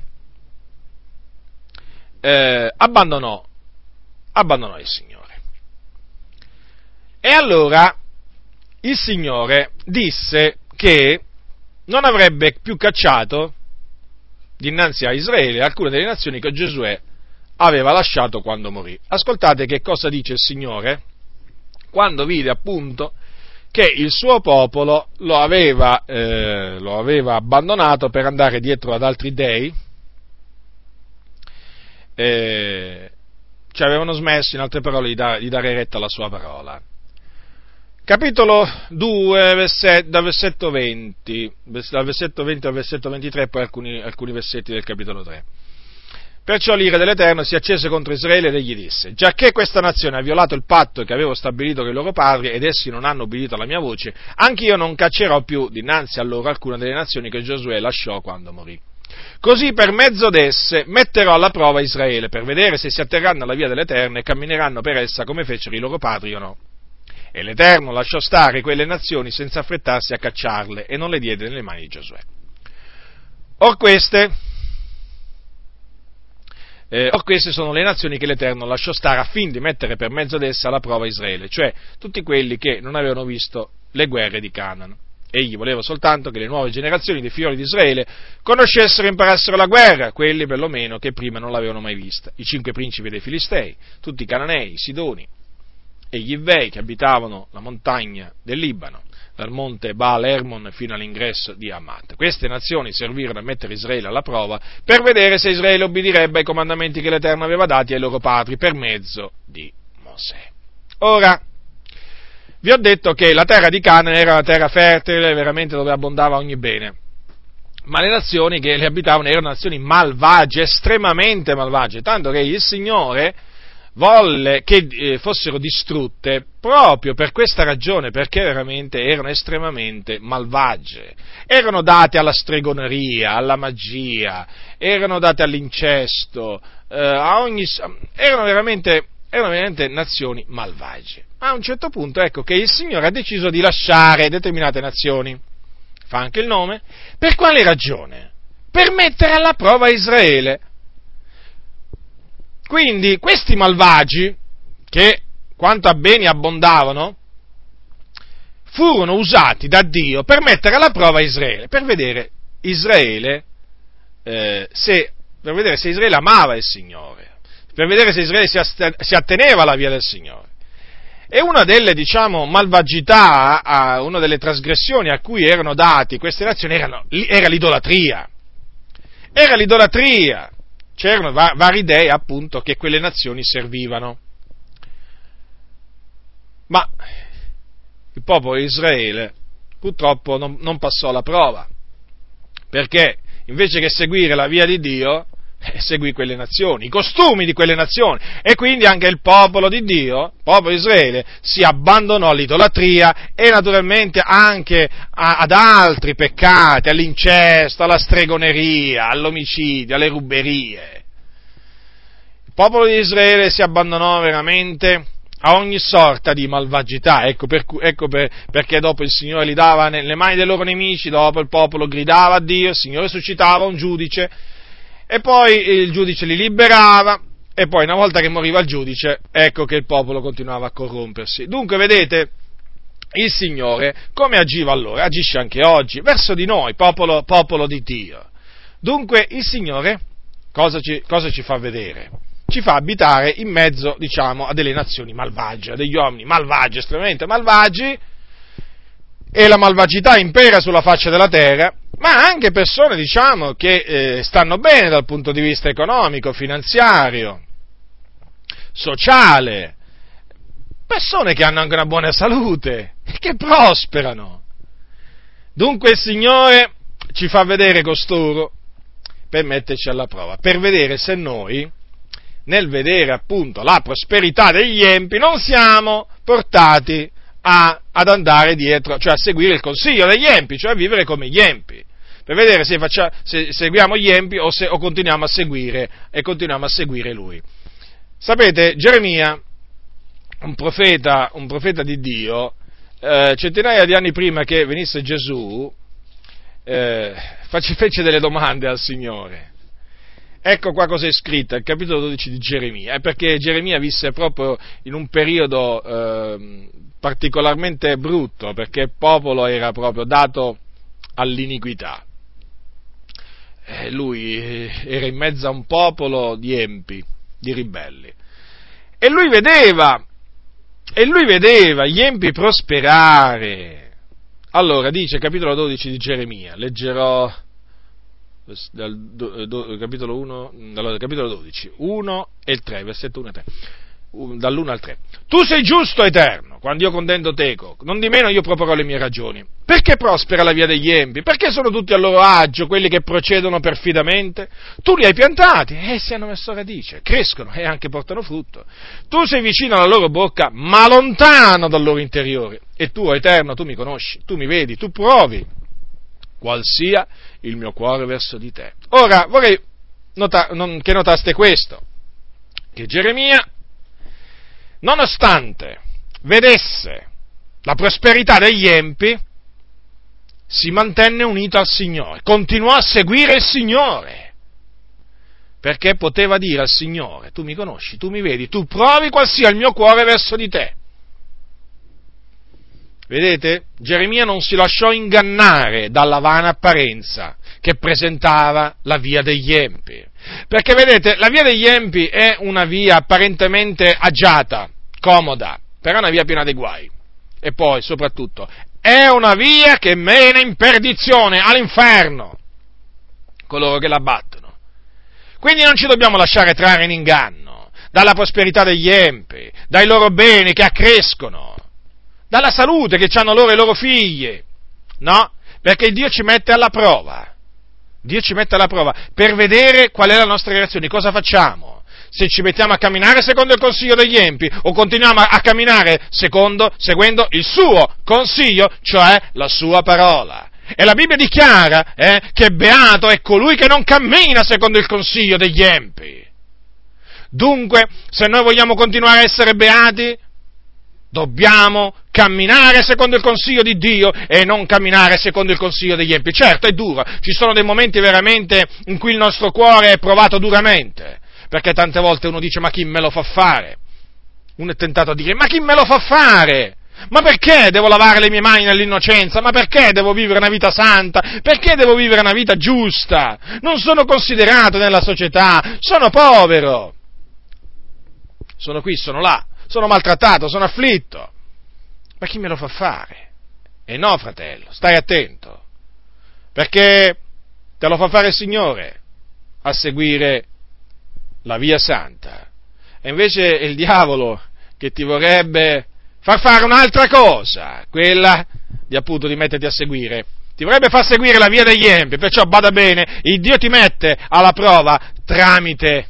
eh, abbandonò, abbandonò il Signore. E allora il Signore disse che non avrebbe più cacciato dinanzi a Israele alcune delle nazioni che Giosuè aveva lasciato quando morì. Ascoltate che cosa dice il Signore quando vide appunto che il suo popolo lo aveva, eh, lo aveva abbandonato per andare dietro ad altri dei, eh, ci avevano smesso, in altre parole, di, da, di dare retta alla sua parola. Capitolo due, verset, dal versetto venti, dal versetto venti al versetto ventitré, e poi alcuni, alcuni versetti del capitolo tre. Perciò l'ira dell'Eterno si accese contro Israele ed egli disse: giacché questa nazione ha violato il patto che avevo stabilito con i loro padri ed essi non hanno obbedito alla mia voce, anch'io non caccerò più dinanzi a loro alcuna delle nazioni che Giosuè lasciò quando morì. Così per mezzo d'esse metterò alla prova Israele per vedere se si atterranno alla via dell'Eterno e cammineranno per essa come fecero i loro padri o no. E l'Eterno lasciò stare quelle nazioni senza affrettarsi a cacciarle e non le diede nelle mani di Giosuè. Or queste Eh, or queste sono le nazioni che l'Eterno lasciò stare affin di mettere per mezzo d'essa alla prova Israele, cioè tutti quelli che non avevano visto le guerre di Canaan. Egli voleva soltanto che le nuove generazioni dei figlioli di Israele conoscessero e imparassero la guerra, quelli perlomeno che prima non l'avevano mai vista, i cinque principi dei Filistei, tutti i Cananei, i Sidoni e gli Ivei che abitavano la montagna del Libano, dal monte Baal Hermon fino all'ingresso di Hamat. Queste nazioni servirono a mettere Israele alla prova per vedere se Israele obbedirebbe ai comandamenti che l'Eterno aveva dati ai loro padri per mezzo di Mosè. Ora, vi ho detto che la terra di Canaan era una terra fertile, veramente dove abbondava ogni bene, ma le nazioni che le abitavano erano nazioni malvagie, estremamente malvagie, tanto che il Signore volle che eh, fossero distrutte proprio per questa ragione, perché veramente erano estremamente malvagie, erano date alla stregoneria, alla magia, erano date all'incesto, eh, a ogni, erano veramente, erano veramente nazioni malvagie. Ma a un certo punto ecco che il Signore ha deciso di lasciare determinate nazioni, fa anche il nome, per quale ragione? Per mettere alla prova Israele. Quindi questi malvagi, che quanto a beni abbondavano, furono usati da Dio per mettere alla prova Israele, per vedere Israele, eh, se, per vedere se Israele amava il Signore, per vedere se Israele si, asten- si atteneva alla via del Signore. E una delle, diciamo, malvagità, a, una delle trasgressioni a cui erano dati queste nazioni erano, era l'idolatria. Era l'idolatria. C'erano va- vari dei, appunto, che quelle nazioni servivano. Ma il popolo di Israele purtroppo non, non passò la prova, perché invece che seguire la via di Dio, eh, seguì quelle nazioni, i costumi di quelle nazioni, e quindi anche il popolo di Dio, il popolo di Israele, si abbandonò all'idolatria e naturalmente anche a, ad altri peccati, all'incesto, alla stregoneria, all'omicidio, alle ruberie. Il popolo di Israele si abbandonò veramente a ogni sorta di malvagità, ecco, per, ecco per, perché dopo il Signore li dava nelle mani dei loro nemici, dopo il popolo gridava a Dio, il Signore suscitava un giudice, e poi il giudice li liberava, e poi una volta che moriva il giudice, ecco che il popolo continuava a corrompersi. Dunque, vedete, il Signore, come agiva allora, agisce anche oggi, verso di noi, popolo, popolo di Dio. Dunque, il Signore, cosa ci, cosa ci fa vedere? Ci fa abitare in mezzo, diciamo, a delle nazioni malvagie, a degli uomini malvagi, estremamente malvagi, e la malvagità impera sulla faccia della terra, ma anche persone, diciamo, che eh, stanno bene dal punto di vista economico, finanziario, sociale, persone che hanno anche una buona salute, che prosperano. Dunque il Signore ci fa vedere costoro per metterci alla prova, per vedere se noi, nel vedere appunto la prosperità degli empi, non siamo portati a, ad andare dietro, cioè a seguire il consiglio degli empi, cioè a vivere come gli empi, per vedere se, faccia, se seguiamo gli empi o, se, o continuiamo a seguire e continuiamo a seguire lui. Sapete, Geremia, un profeta, un profeta di Dio, eh, centinaia di anni prima che venisse Gesù, eh, fece delle domande al Signore. Ecco qua cosa è scritto, il capitolo dodici di Geremia, è perché Geremia visse proprio in un periodo eh, particolarmente brutto, perché il popolo era proprio dato all'iniquità. Eh, lui era in mezzo a un popolo di empi, di ribelli. E lui vedeva, e lui vedeva gli empi prosperare. Allora, dice, capitolo dodici di Geremia, leggerò dal do, do, capitolo uno, allora, capitolo dodici, uno e il tre, versetto uno e tre. Dall'uno al tre. Tu sei giusto, Eterno, quando io contendo teco, non di meno io proporrò le mie ragioni. Perché prospera la via degli empi? Perché sono tutti a loro agio quelli che procedono perfidamente? Tu li hai piantati, e essi hanno messo radice, crescono e anche portano frutto. Tu sei vicino alla loro bocca, ma lontano dal loro interiore. E tu, Eterno, tu mi conosci, tu mi vedi, tu provi qual sia il mio cuore verso di te. Ora, vorrei nota, non, che notaste questo, che Geremia, nonostante vedesse la prosperità degli empi, si mantenne unito al Signore, continuò a seguire il Signore, perché poteva dire al Signore: tu mi conosci, tu mi vedi, tu provi qual sia il mio cuore verso di te. Vedete? Geremia non si lasciò ingannare dalla vana apparenza che presentava la via degli empi. Perché vedete, la via degli empi è una via apparentemente agiata, comoda, però è una via piena di guai. E poi, soprattutto, è una via che mena in perdizione, all'inferno, coloro che la battono. Quindi non ci dobbiamo lasciare trarre in inganno dalla prosperità degli empi, dai loro beni che accrescono, dalla salute che hanno loro e i loro figli, no? Perché Dio ci mette alla prova, Dio ci mette alla prova per vedere qual è la nostra reazione, cosa facciamo, se ci mettiamo a camminare secondo il consiglio degli empi o continuiamo a camminare secondo, seguendo il suo consiglio, cioè la sua parola. E la Bibbia dichiara eh, che beato è colui che non cammina secondo il consiglio degli empi. Dunque, se noi vogliamo continuare a essere beati, dobbiamo camminare secondo il consiglio di Dio e non camminare secondo il consiglio degli empi. Certo, è duro, ci sono dei momenti veramente in cui il nostro cuore è provato duramente, perché tante volte uno dice: ma chi me lo fa fare? Uno è tentato a dire: ma chi me lo fa fare? Ma perché devo lavare le mie mani nell'innocenza? Ma perché devo vivere una vita santa? Perché devo vivere una vita giusta? Non sono considerato nella società, sono povero, sono qui, sono là, sono maltrattato, sono afflitto, ma chi me lo fa fare? E no, fratello, stai attento, perché te lo fa fare il Signore a seguire la via santa, e invece è il diavolo che ti vorrebbe far fare un'altra cosa, quella di appunto di metterti a seguire, ti vorrebbe far seguire la via degli empi, perciò bada bene, il Dio ti mette alla prova tramite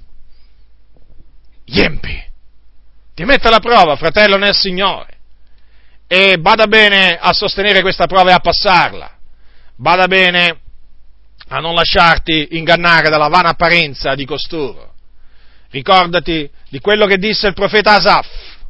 gli empi. Ti mette alla prova, fratello nel Signore, e bada bene a sostenere questa prova e a passarla, bada bene a non lasciarti ingannare dalla vana apparenza di costoro. Ricordati di quello che disse il profeta Asaf,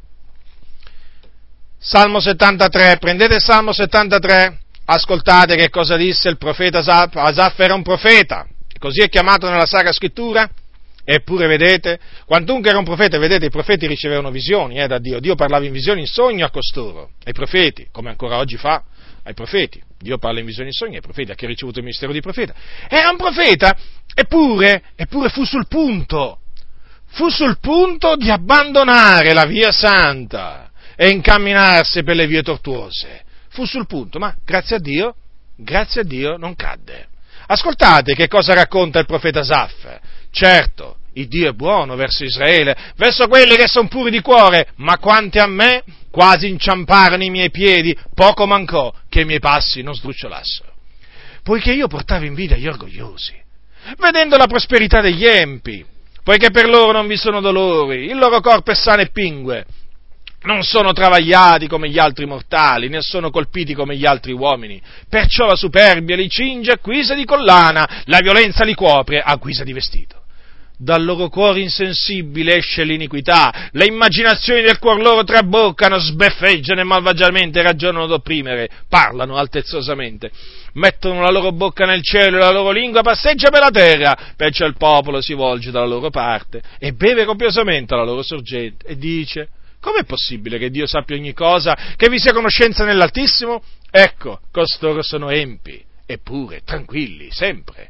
Salmo settantatré, prendete il Salmo settantatré, ascoltate che cosa disse il profeta Asaf. Asaf era un profeta, così è chiamato nella Sacra Scrittura. Eppure vedete, quantunque era un profeta, vedete, i profeti ricevevano visioni eh, da Dio, Dio parlava in visioni, in sogno a costoro, ai profeti, come ancora oggi fa ai profeti, Dio parla in visioni, in sogno ai profeti, a chi ha ricevuto il ministero di profeta. Era un profeta, eppure, eppure fu sul punto, fu sul punto di abbandonare la via santa e incamminarsi per le vie tortuose, fu sul punto, ma grazie a Dio, grazie a Dio non cadde. Ascoltate che cosa racconta il profeta Asaf. Certo, il Dio è buono verso Israele, verso quelli che sono puri di cuore, ma quanti a me quasi inciamparono i miei piedi, poco mancò che i miei passi non sdrucciolassero. Poiché io portavo invidia agli orgogliosi, vedendo la prosperità degli empi, poiché per loro non vi sono dolori, il loro corpo è sano e pingue, non sono travagliati come gli altri mortali, né sono colpiti come gli altri uomini. Perciò la superbia li cinge a guisa di collana, la violenza li copre a guisa di vestito. Dal loro cuore insensibile esce l'iniquità, le immaginazioni del cuor loro traboccano, sbeffeggiano e malvagiamente ragionano d'opprimere, parlano altezzosamente, mettono la loro bocca nel cielo e la loro lingua passeggia per la terra, perciò il popolo si volge dalla loro parte e beve copiosamente alla loro sorgente e dice: com'è possibile che Dio sappia ogni cosa, che vi sia conoscenza nell'Altissimo? Ecco, costoro sono empi, eppure tranquilli, sempre,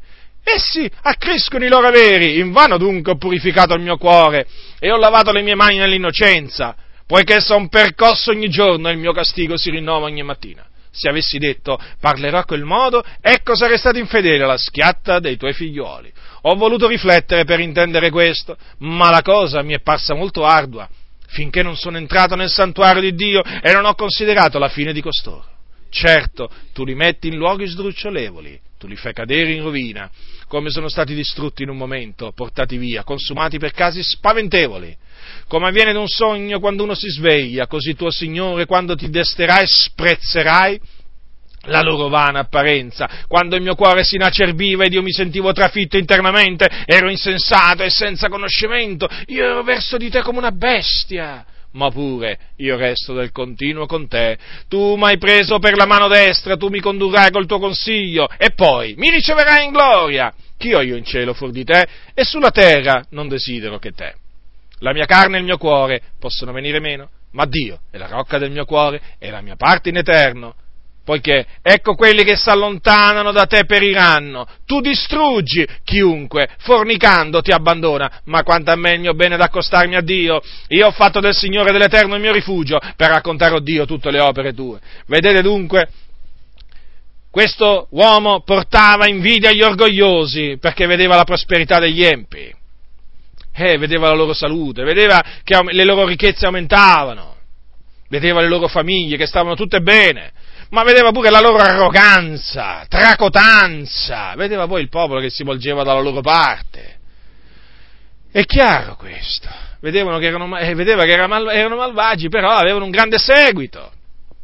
essi accrescono i loro averi. Invano dunque ho purificato il mio cuore e ho lavato le mie mani nell'innocenza, poiché son percosso ogni giorno e il mio castigo si rinnova ogni mattina. Se avessi detto, parlerò a quel modo, ecco sarei stato infedele alla schiatta dei tuoi figliuoli. Ho voluto riflettere per intendere questo, ma la cosa mi è parsa molto ardua, finché non sono entrato nel santuario di Dio e non ho considerato la fine di costoro. Certo, tu li metti in luoghi sdrucciolevoli, tu li fai cadere in rovina, come sono stati distrutti in un momento, portati via, consumati per casi spaventevoli. Come avviene in un sogno quando uno si sveglia, così tuo Signore, quando ti desterai, sprezzerai la loro vana apparenza. Quando il mio cuore si inacerbiva ed io mi sentivo trafitto internamente, ero insensato e senza conoscimento, io ero verso di te come una bestia. Ma pure io resto del continuo con te. Tu m'hai preso per la mano destra, tu mi condurrai col tuo consiglio, e poi mi riceverai in gloria. Chi ho io in cielo fuor di te? E sulla terra non desidero che te. La mia carne e il mio cuore possono venire meno, ma Dio è la rocca del mio cuore e la mia parte in eterno. Poiché ecco quelli che si allontanano da te periranno, tu distruggi chiunque fornicando ti abbandona, ma quanto a me il mio bene da accostarmi a Dio, io ho fatto del Signore dell'Eterno il mio rifugio per raccontare a Dio tutte le opere tue. Vedete dunque, questo uomo portava invidia agli orgogliosi perché vedeva la prosperità degli empi, eh, vedeva la loro salute, vedeva che le loro ricchezze aumentavano, vedeva le loro famiglie che stavano tutte bene, ma vedeva pure la loro arroganza, tracotanza, vedeva poi il popolo che si volgeva dalla loro parte. È chiaro questo, vedevano che erano, eh, vedeva che erano, mal, erano malvagi, però avevano un grande seguito.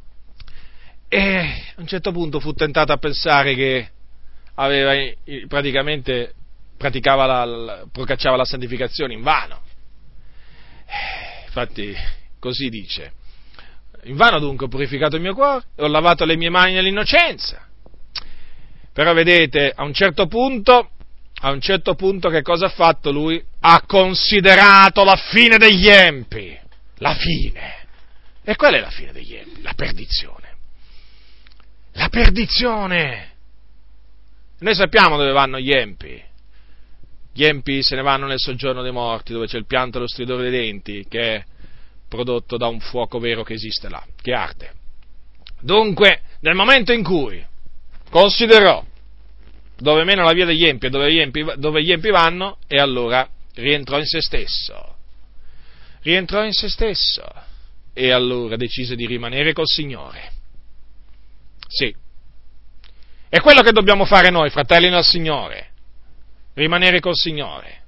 E a un certo punto fu tentato a pensare che aveva praticamente praticava la, la, procacciava la santificazione invano. Infatti così dice: invano dunque ho purificato il mio cuore e ho lavato le mie mani nell'innocenza. Però vedete, a un certo punto, a un certo punto che cosa ha fatto lui? Ha considerato la fine degli empi, la fine. E qual è la fine degli empi? La perdizione. La perdizione. Noi sappiamo dove vanno gli empi. Gli empi se ne vanno nel soggiorno dei morti, dove c'è il pianto e lo stridore dei denti, che è prodotto da un fuoco vero che esiste là, che arde. Dunque, nel momento in cui considerò dove mena la via degli empi e dove gli empi, dove gli empi vanno, e allora rientrò in se stesso. Rientrò in se stesso e allora decise di rimanere col Signore. Sì. È quello che dobbiamo fare noi, fratelli nel Signore. Rimanere col Signore.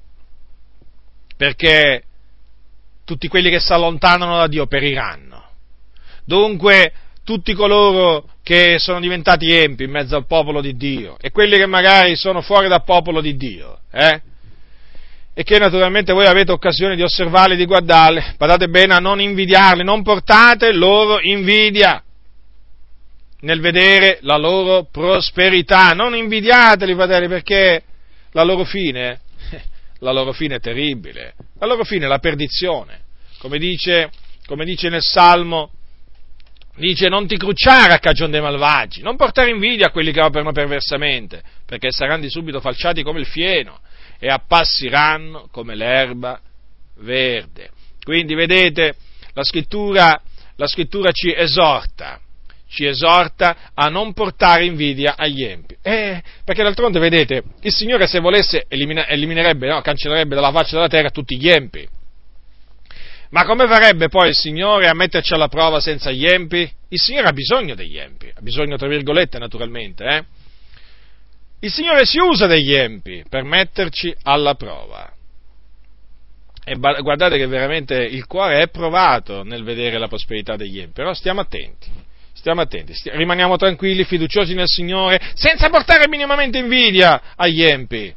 Perché tutti quelli che si allontanano da Dio periranno. Dunque, tutti coloro che sono diventati empi in mezzo al popolo di Dio, e quelli che magari sono fuori dal popolo di Dio, eh? E che naturalmente voi avete occasione di osservarli, di guardarli, badate bene a non invidiarli, non portate loro invidia nel vedere la loro prosperità, non invidiateli, fratelli, perché la loro fine, la loro fine è terribile, la loro fine è la perdizione, come dice, come dice nel Salmo, dice: non ti crucciare a cagion dei malvagi, non portare invidia a quelli che operano perversamente, perché saranno di subito falciati come il fieno e appassiranno come l'erba verde. Quindi vedete, la scrittura, la scrittura ci esorta, ci esorta a non portare invidia agli empi, eh, perché d'altronde, vedete, il Signore, se volesse, elimina, eliminerebbe, no, cancellerebbe dalla faccia della terra tutti gli empi. Ma come farebbe poi il Signore a metterci alla prova senza gli empi? Il Signore ha bisogno degli empi, ha bisogno tra virgolette naturalmente, eh? Il Signore si usa degli empi per metterci alla prova. E guardate che veramente il cuore è provato nel vedere la prosperità degli empi, però stiamo attenti, stiamo attenti, sti- rimaniamo tranquilli, fiduciosi nel Signore, senza portare minimamente invidia agli empi.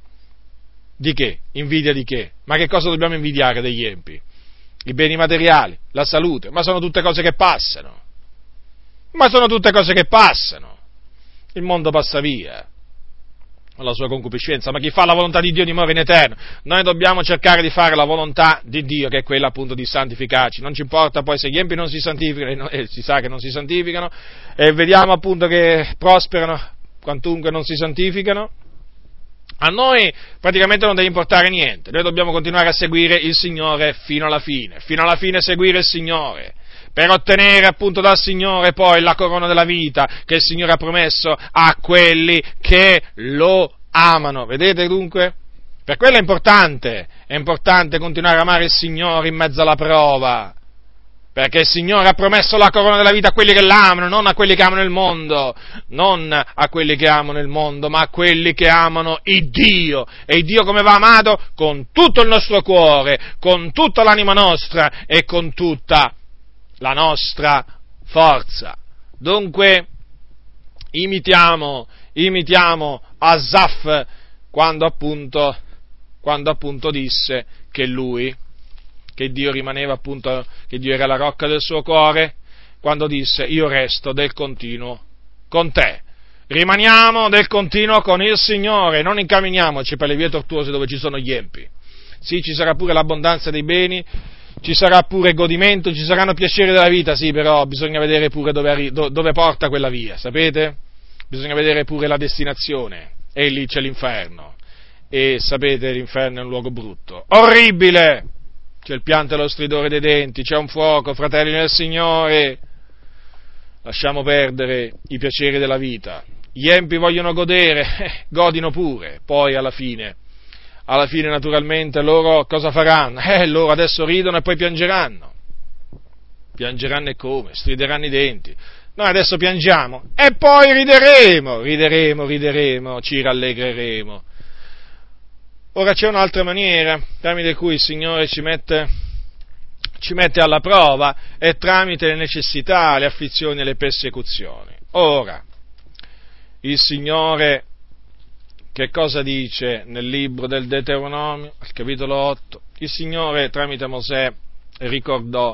Di che? Invidia di che? Ma che cosa dobbiamo invidiare degli empi? I beni materiali, la salute, ma sono tutte cose che passano. Ma sono tutte cose che passano. Il mondo passa via con la sua concupiscenza, ma chi fa la volontà di Dio dimora in eterno. Noi dobbiamo cercare di fare la volontà di Dio, che è quella appunto di santificarci. Non ci importa poi se gli empi non si santificano, e si sa che non si santificano, e vediamo appunto che prosperano quantunque non si santificano. A noi praticamente non deve importare niente, noi dobbiamo continuare a seguire il Signore fino alla fine, fino alla fine seguire il Signore, per ottenere appunto dal Signore poi la corona della vita che il Signore ha promesso a quelli che lo amano. Vedete dunque? Per quello è importante, è importante continuare a amare il Signore in mezzo alla prova, perché il Signore ha promesso la corona della vita a quelli che l'amano, non a quelli che amano il mondo, non a quelli che amano il mondo, ma a quelli che amano il Dio. E il Dio come va amato? Con tutto il nostro cuore, con tutta l'anima nostra e con tutta la nostra forza. Dunque, imitiamo, imitiamo Asaf quando appunto, quando appunto disse che lui, che Dio rimaneva appunto, che Dio era la rocca del suo cuore, quando disse: io resto del continuo con te. Rimaniamo del continuo con il Signore, non incamminiamoci per le vie tortuose dove ci sono gli empi. Sì, ci sarà pure l'abbondanza dei beni, ci sarà pure il godimento, ci saranno piaceri della vita, sì, però bisogna vedere pure dove, dove porta quella via, sapete? Bisogna vedere pure la destinazione, e lì c'è l'inferno, e sapete, l'inferno è un luogo brutto, orribile! C'è il pianto e lo stridore dei denti, c'è un fuoco, fratelli nel Signore. Lasciamo perdere i piaceri della vita. Gli empi vogliono godere, eh, godino pure, poi alla fine, alla fine naturalmente loro cosa faranno? Eh, loro adesso ridono e poi piangeranno. Piangeranno e come? Strideranno i denti. Noi adesso piangiamo e poi rideremo, rideremo, rideremo, ci rallegreremo. Ora c'è un'altra maniera tramite cui il Signore ci mette, ci mette alla prova, è tramite le necessità, le afflizioni e le persecuzioni. Ora, il Signore che cosa dice nel libro del Deuteronomio, al capitolo otto? Il Signore tramite Mosè ricordò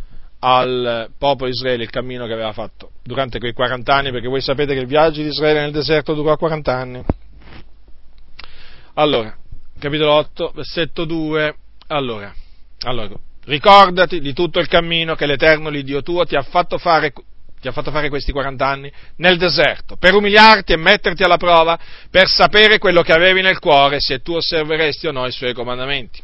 al popolo di Israele il cammino che aveva fatto durante quei quaranta anni, perché voi sapete che il viaggio di Israele nel deserto durò quaranta anni. Allora, capitolo otto, versetto due, allora, allora, ricordati di tutto il cammino che l'Eterno l'Iddio tuo ti ha fatto fare, ti ha fatto fare questi quaranta anni nel deserto, per umiliarti e metterti alla prova, per sapere quello che avevi nel cuore, se tu osserveresti o no i suoi comandamenti.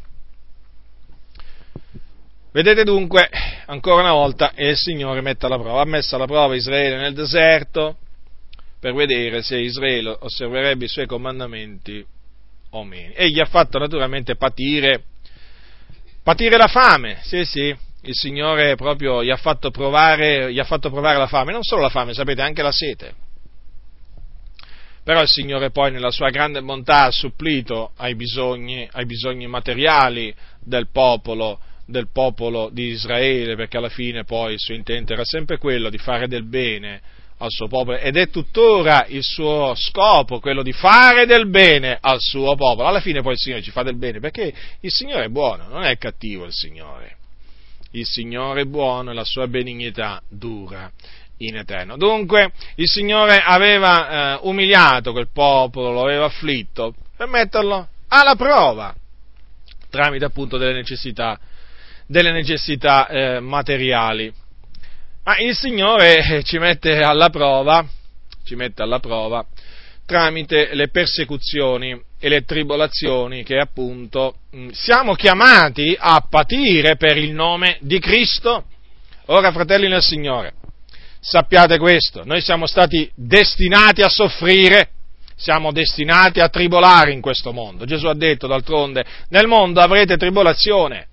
Vedete dunque, ancora una volta, il Signore mette alla prova, ha messo alla prova Israele nel deserto, per vedere se Israele osserverebbe i suoi comandamenti o meno. E gli ha fatto naturalmente patire, patire la fame, sì sì, il Signore proprio gli ha fatto provare, gli ha fatto provare la fame, non solo la fame, sapete, anche la sete. Però il Signore poi nella sua grande bontà ha supplito ai bisogni, ai bisogni materiali del popolo, del popolo di Israele, perché alla fine poi il suo intento era sempre quello di fare del bene al suo popolo, ed è tuttora il suo scopo, quello di fare del bene al suo popolo. Alla fine poi il Signore ci fa del bene, perché il Signore è buono, non è cattivo il Signore. Il Signore è buono e la sua benignità dura in eterno. Dunque, il Signore aveva eh, umiliato quel popolo, lo aveva afflitto, per metterlo alla prova, tramite appunto delle necessità, delle necessità eh, materiali. Ma il Signore ci mette alla prova, ci mette alla prova tramite le persecuzioni e le tribolazioni che appunto mh, siamo chiamati a patire per il nome di Cristo. Ora, fratelli nel Signore, sappiate questo, noi siamo stati destinati a soffrire, siamo destinati a tribolare in questo mondo. Gesù ha detto d'altronde: nel mondo avrete tribolazione.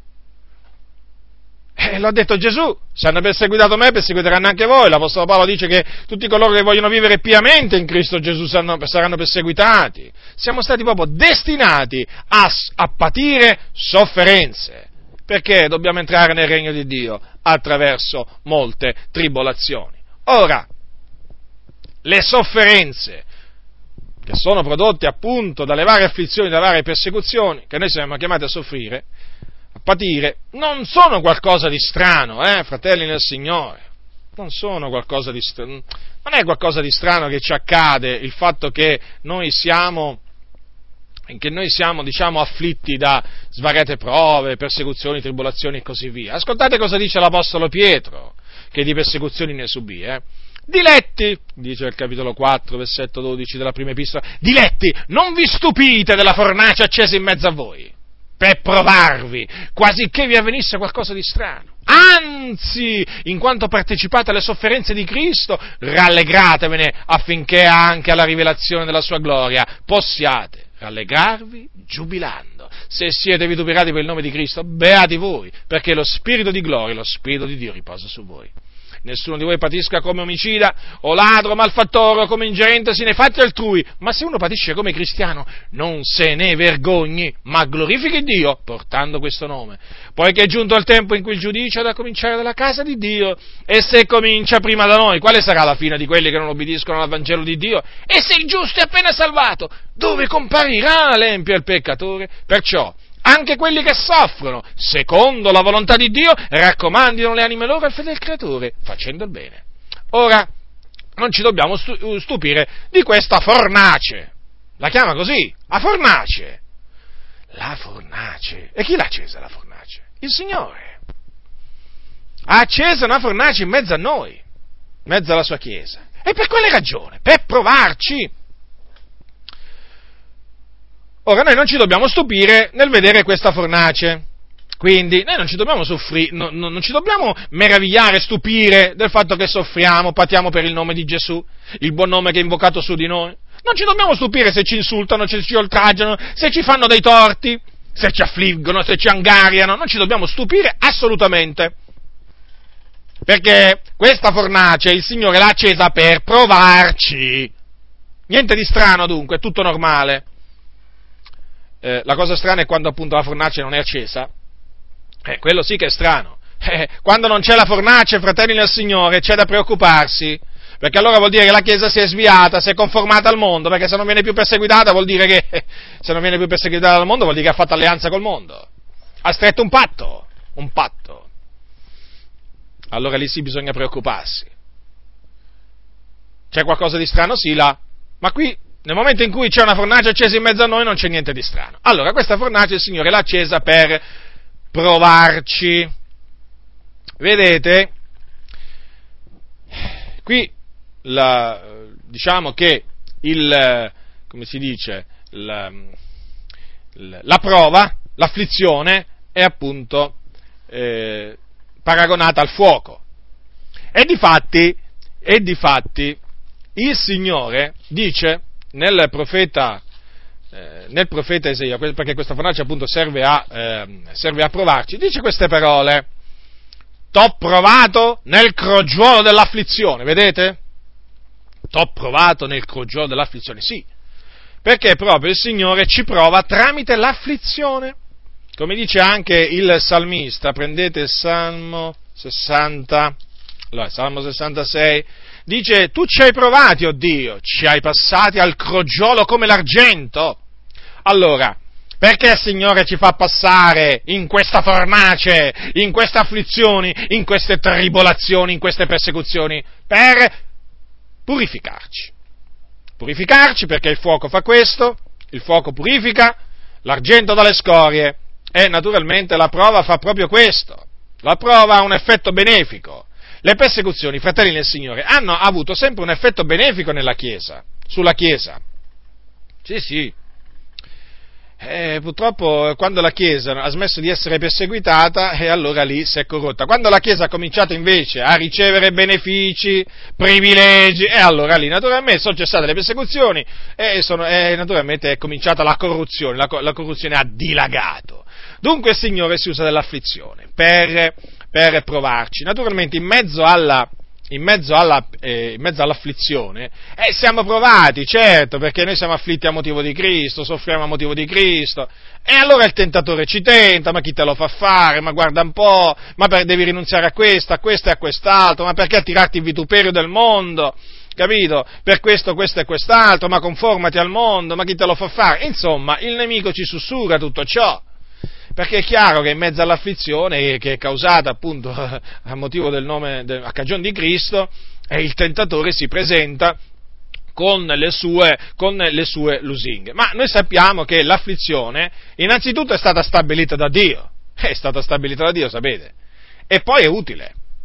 Eh, l'ha detto Gesù, se hanno perseguitato me, perseguiteranno anche voi. L'Apostolo Paolo dice che tutti coloro che vogliono vivere piamente in Cristo Gesù saranno, saranno perseguitati. Siamo stati proprio destinati a, a patire sofferenze, perché dobbiamo entrare nel regno di Dio attraverso molte tribolazioni. Ora, le sofferenze che sono prodotte appunto dalle varie afflizioni, dalle varie persecuzioni, che noi siamo chiamati a soffrire, a patire, non sono qualcosa di strano, eh, fratelli nel Signore, non sono qualcosa di strano, non è qualcosa di strano che ci accade il fatto che noi siamo, che noi siamo, diciamo, afflitti da svariate prove, persecuzioni, tribolazioni e così via. Ascoltate cosa dice l'Apostolo Pietro, che di persecuzioni ne subì, eh. Diletti, dice il capitolo quattro, versetto dodici della prima epistola, diletti, non vi stupite della fornace accesa in mezzo a voi, per provarvi, quasi che vi avvenisse qualcosa di strano. Anzi, in quanto partecipate alle sofferenze di Cristo, rallegratevene affinché anche alla rivelazione della sua gloria possiate rallegrarvi giubilando. Se siete vituperati per il nome di Cristo, beati voi, perché lo Spirito di gloria, lo Spirito di Dio riposa su voi. Nessuno di voi patisca come omicida, o ladro, malfattore, o come ingerente nei fatti altrui, ma se uno patisce come cristiano, non se ne vergogni, ma glorifichi Dio, portando questo nome. Poiché è giunto il tempo in cui il giudizio ha da cominciare dalla casa di Dio, e se comincia prima da noi, quale sarà la fine di quelli che non obbediscono al Vangelo di Dio? E se il giusto è appena salvato, dove comparirà l'empio e il peccatore? Perciò, anche quelli che soffrono, secondo la volontà di Dio, raccomandino le anime loro al fedele creatore, facendo il bene. Ora, non ci dobbiamo stupire di questa fornace. La chiama così, la fornace. La fornace. E chi l'ha accesa la fornace? Il Signore. Ha acceso una fornace in mezzo a noi, in mezzo alla sua Chiesa. E per quale ragione? Per provarci. Ora, noi non ci dobbiamo stupire nel vedere questa fornace, quindi noi non ci dobbiamo soffrire, no, no, non ci dobbiamo meravigliare, stupire del fatto che soffriamo, patiamo per il nome di Gesù, il buon nome che è invocato su di noi. Non ci dobbiamo stupire se ci insultano, se ci oltraggiano, se ci fanno dei torti, se ci affliggono, se ci angariano, non ci dobbiamo stupire assolutamente. Perché questa fornace il Signore l'ha accesa per provarci. Niente di strano dunque, è tutto normale. Eh, la cosa strana è quando appunto la fornace non è accesa, eh, quello sì che è strano. Eh, quando non c'è la fornace, fratelli nel Signore, c'è da preoccuparsi, perché allora vuol dire che la Chiesa si è sviata, si è conformata al mondo, perché se non viene più perseguitata vuol dire che, eh, se non viene più perseguitata dal mondo vuol dire che ha fatto alleanza col mondo, ha stretto un patto, un patto. Allora lì sì bisogna preoccuparsi. C'è qualcosa di strano? Sì, là, ma qui, nel momento in cui c'è una fornace accesa in mezzo a noi non c'è niente di strano. Allora, questa fornace il Signore l'ha accesa per provarci. Vedete? Qui, la, diciamo che il, come si dice, la, la prova, l'afflizione è appunto eh, paragonata al fuoco. E difatti, e difatti il Signore dice nel profeta, eh, nel profeta Isaia, perché questa fornace appunto serve a, eh, serve a provarci, dice queste parole: t'ho provato nel crogiuolo dell'afflizione, vedete? T'ho provato nel crogiuolo dell'afflizione, sì, perché proprio il Signore ci prova tramite l'afflizione, come dice anche il salmista. Prendete il Salmo sessanta, allora, Salmo sessantasei, dice: tu ci hai provati, oh Dio, ci hai passati al crogiolo come l'argento. Allora, perché il Signore ci fa passare in questa fornace, in queste afflizioni, in queste tribolazioni, in queste persecuzioni? Per purificarci. Purificarci perché il fuoco fa questo, il fuoco purifica l'argento dalle scorie, e naturalmente la prova fa proprio questo. La prova ha un effetto benefico. Le persecuzioni, fratelli nel Signore, hanno avuto sempre un effetto benefico nella Chiesa, sulla Chiesa. Sì, sì. Eh, purtroppo quando la Chiesa ha smesso di essere perseguitata, e eh, allora lì si è corrotta. Quando la Chiesa ha cominciato invece a ricevere benefici, privilegi, e eh, allora lì naturalmente sono cessate le persecuzioni e sono, eh, naturalmente è cominciata la corruzione, la, la corruzione ha dilagato. Dunque il Signore si usa dell'afflizione per, per provarci. Naturalmente in mezzo alla In mezzo, alla, eh, in mezzo all'afflizione, eh, siamo provati, certo, perché noi siamo afflitti a motivo di Cristo, soffriamo a motivo di Cristo, e allora il tentatore ci tenta: ma chi te lo fa fare, ma guarda un po', ma per, devi rinunziare a questo, a questo e a quest'altro, ma perché attirarti il vituperio del mondo, capito? Per questo, questo e quest'altro, ma conformati al mondo, ma chi te lo fa fare? Insomma, il nemico ci sussurra tutto ciò. Perché è chiaro che in mezzo all'afflizione, che è causata appunto a motivo del nome, a cagione di Cristo, il tentatore si presenta con le sue, con le sue lusinghe. Ma noi sappiamo che l'afflizione innanzitutto è stata stabilita da Dio, è stata stabilita da Dio, sapete, e poi è utile.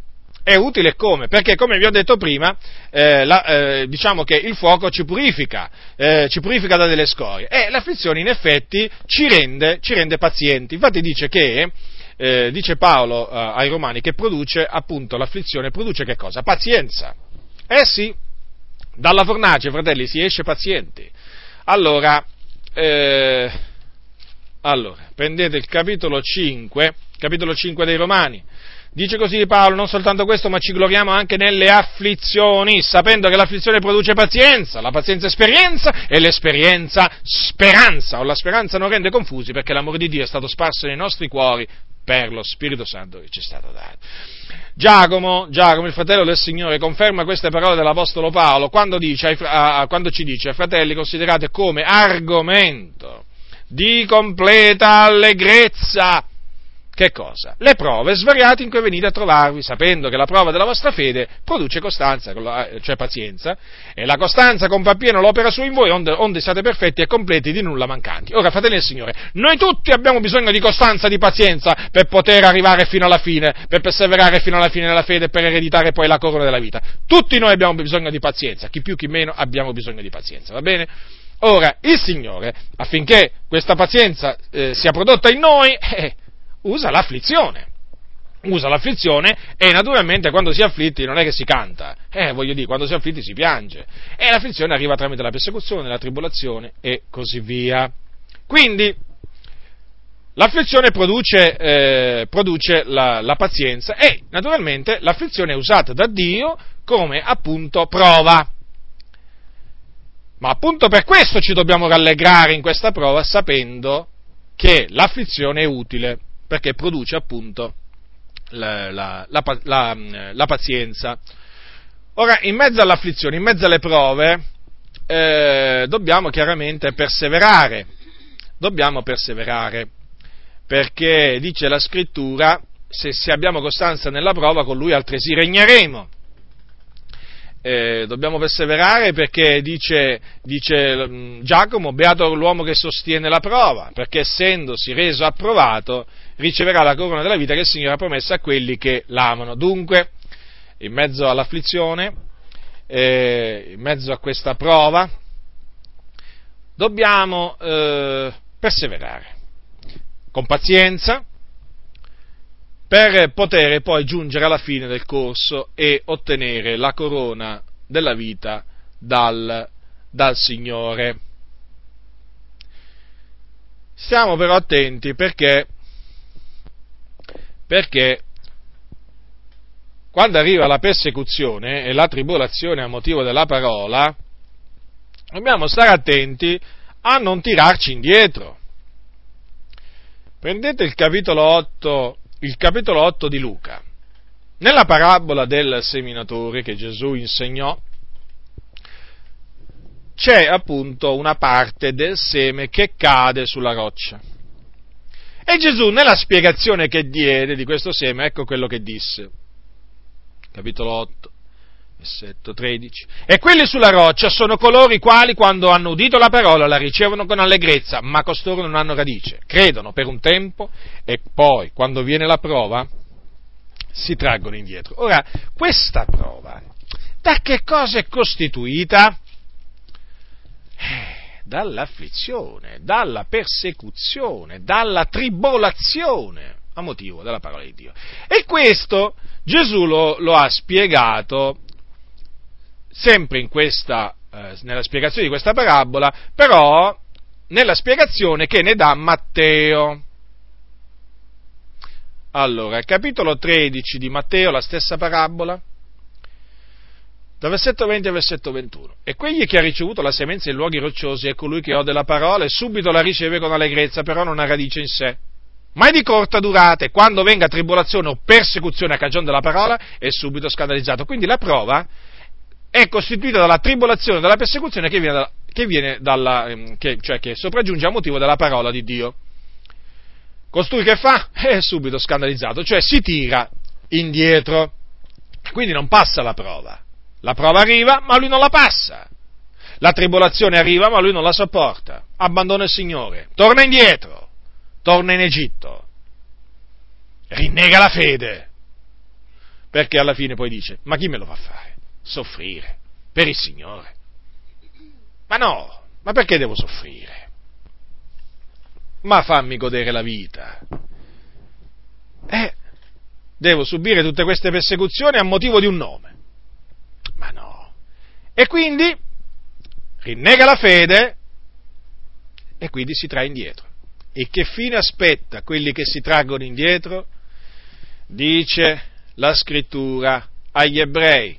È utile come? Perché, come vi ho detto prima, eh, la, eh, diciamo che il fuoco ci purifica, eh, ci purifica da delle scorie, e l'afflizione in effetti ci rende, ci rende pazienti. Infatti dice che, eh, dice Paolo eh, ai Romani, che produce, appunto, l'afflizione produce che cosa? Pazienza. Eh sì, dalla fornace, fratelli, si esce pazienti. Allora, eh, allora, prendete il capitolo cinque, capitolo cinque dei Romani. Dice così Paolo: non soltanto questo, ma ci gloriamo anche nelle afflizioni, sapendo che l'afflizione produce pazienza, la pazienza esperienza, e l'esperienza speranza, o la speranza non rende confusi, perché l'amore di Dio è stato sparso nei nostri cuori per lo Spirito Santo che ci è stato dato. Giacomo, Giacomo, il fratello del Signore, conferma queste parole dell'Apostolo Paolo quando, dice, ai, a, quando ci dice: fratelli, considerate come argomento di completa allegrezza che cosa? Le prove svariate in cui venite a trovarvi, sapendo che la prova della vostra fede produce costanza, cioè pazienza, e la costanza compie appieno l'opera sua in voi, onde, onde siate perfetti e completi, di nulla mancanti. Ora, fratelli del Signore, noi tutti abbiamo bisogno di costanza, di pazienza, per poter arrivare fino alla fine, per perseverare fino alla fine della fede e per ereditare poi la corona della vita. Tutti noi abbiamo bisogno di pazienza, chi più chi meno abbiamo bisogno di pazienza, va bene? Ora, il Signore, affinché questa pazienza eh, sia prodotta in noi, eh, usa l'afflizione, usa l'afflizione e naturalmente quando si è afflitti non è che si canta, eh, voglio dire, quando si è afflitti si piange, e l'afflizione arriva tramite la persecuzione, la tribolazione e così via. Quindi, l'afflizione produce, eh, produce la, la pazienza, e naturalmente l'afflizione è usata da Dio come appunto prova. Ma appunto per questo ci dobbiamo rallegrare in questa prova, sapendo che l'afflizione è utile, perché produce appunto la, la, la, la, la pazienza. Ora, in mezzo all'afflizione, in mezzo alle prove, eh, dobbiamo chiaramente perseverare, dobbiamo perseverare, perché dice la Scrittura: se, se abbiamo costanza nella prova, con Lui altresì regneremo. Eh, dobbiamo perseverare perché dice, dice Giacomo: beato l'uomo che sostiene la prova, perché essendosi reso approvato riceverà la corona della vita che il Signore ha promesso a quelli che l'amano. Dunque, in mezzo all'afflizione, eh, in mezzo a questa prova, dobbiamo eh, perseverare con pazienza, per poter poi giungere alla fine del corso e ottenere la corona della vita dal, dal Signore. Stiamo però attenti perché, perché quando arriva la persecuzione e la tribolazione a motivo della parola, dobbiamo stare attenti a non tirarci indietro. Prendete il capitolo otto Il capitolo otto di Luca. Nella parabola del seminatore che Gesù insegnò, c'è appunto una parte del seme che cade sulla roccia. E Gesù, nella spiegazione che diede di questo seme, ecco quello che disse. Capitolo otto, versetto tredici. E quelli sulla roccia sono coloro i quali, quando hanno udito la parola, la ricevono con allegrezza, ma costoro non hanno radice. Credono per un tempo e poi, quando viene la prova, si traggono indietro. Ora, questa prova, da che cosa è costituita? Eh, dall'afflizione, dalla persecuzione, dalla tribolazione, a motivo della parola di Dio. E questo Gesù lo, lo ha spiegato sempre in questa, eh, nella spiegazione di questa parabola, però nella spiegazione che ne dà Matteo. Allora, capitolo tredici di Matteo, la stessa parabola, dal versetto venti al versetto ventuno. E quegli che ha ricevuto la semenza in luoghi rocciosi è colui che ode la parola e subito la riceve con allegrezza, però non ha radice in sé, ma è di corta durata, e quando venga tribolazione o persecuzione a cagione della parola è subito scandalizzato. Quindi la prova è costituita dalla tribolazione, dalla persecuzione che viene, da, che viene dalla, che, cioè che sopraggiunge a motivo della parola di Dio. Costui che fa? È subito scandalizzato, cioè si tira indietro, quindi non passa la prova. La prova arriva, ma lui non la passa. La tribolazione arriva, ma lui non la sopporta. Abbandona il Signore, torna indietro, torna in Egitto, rinnega la fede. perché alla fine poi dice, ma chi me lo fa fare? Soffrire per il Signore. Ma no, ma perché devo soffrire? Ma fammi godere la vita. Eh, devo subire tutte queste persecuzioni a motivo di un nome. Ma no. E quindi rinnega la fede e quindi si trae indietro. E che fine aspetta quelli che si traggono indietro? Dice la Scrittura agli Ebrei: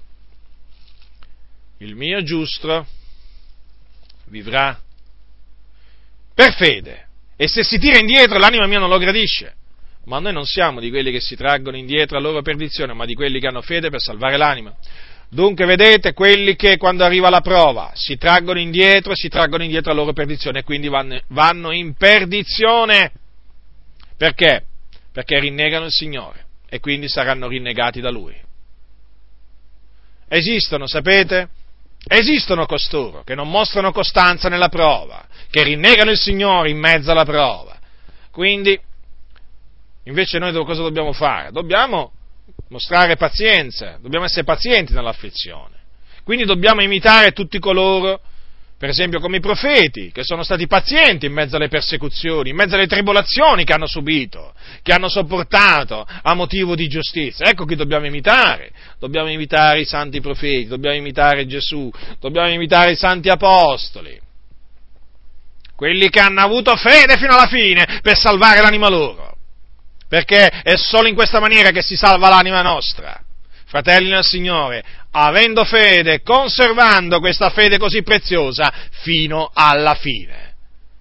il mio giusto vivrà per fede, e se si tira indietro l'anima mia non lo gradisce. Ma noi non siamo di quelli che si traggono indietro a loro perdizione, ma di quelli che hanno fede per salvare l'anima. Dunque, vedete, quelli che quando arriva la prova si traggono indietro, si traggono indietro a loro perdizione e quindi vanno, vanno in perdizione. Perché? Perché rinnegano il Signore e quindi saranno rinnegati da Lui. Esistono, sapete? Esistono costoro che non mostrano costanza nella prova, che rinnegano il Signore in mezzo alla prova. Quindi, invece noi cosa dobbiamo fare? Dobbiamo mostrare pazienza, dobbiamo essere pazienti nell'afflizione. Quindi dobbiamo imitare tutti coloro, per esempio come i profeti, che sono stati pazienti in mezzo alle persecuzioni, in mezzo alle tribolazioni che hanno subito, che hanno sopportato a motivo di giustizia. Ecco chi dobbiamo imitare. Dobbiamo imitare i santi profeti, dobbiamo imitare Gesù, dobbiamo imitare i santi apostoli, quelli che hanno avuto fede fino alla fine per salvare l'anima loro. Perché è solo in questa maniera che si salva l'anima nostra, fratelli nel Signore, avendo fede, conservando questa fede così preziosa fino alla fine.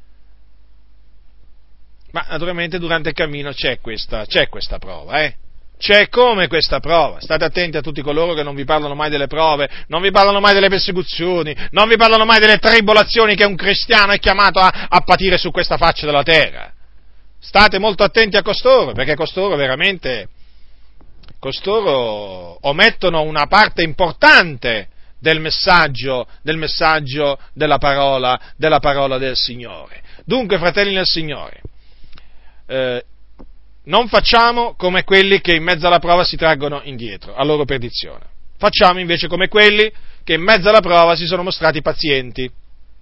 Ma naturalmente durante il cammino c'è questa, c'è questa prova, eh? C'è come questa prova. State attenti a tutti coloro che non vi parlano mai delle prove, non vi parlano mai delle persecuzioni, non vi parlano mai delle tribolazioni che un cristiano è chiamato a, a patire su questa faccia della terra. State molto attenti a costoro, perché costoro veramente, costoro omettono una parte importante del messaggio, del messaggio della parola, della parola del Signore. Dunque, fratelli nel Signore, eh, non facciamo come quelli che in mezzo alla prova si traggono indietro, a loro perdizione. Facciamo invece come quelli che in mezzo alla prova si sono mostrati pazienti,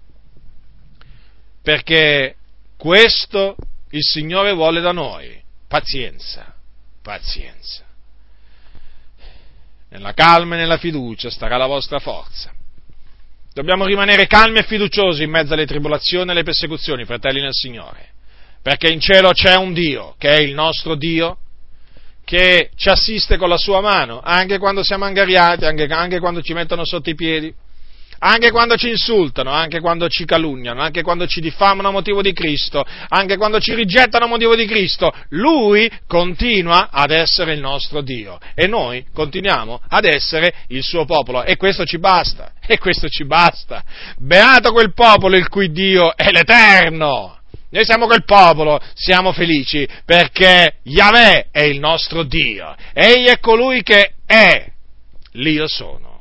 perché questo il Signore vuole da noi, pazienza, pazienza. Nella calma e nella fiducia starà la vostra forza. Dobbiamo rimanere calmi e fiduciosi in mezzo alle tribolazioni e alle persecuzioni, fratelli nel Signore, perché in cielo c'è un Dio, che è il nostro Dio, che ci assiste con la sua mano, anche quando siamo angariati, anche, anche quando ci mettono sotto i piedi, anche quando ci insultano, anche quando ci calunniano, anche quando ci diffamano a motivo di Cristo, anche quando ci rigettano a motivo di Cristo. Lui continua ad essere il nostro Dio e noi continuiamo ad essere il suo popolo, e questo ci basta, e questo ci basta. Beato quel popolo il cui Dio è l'Eterno. Noi siamo quel popolo, siamo felici perché Yahweh è il nostro Dio, egli è colui che è l'Io sono.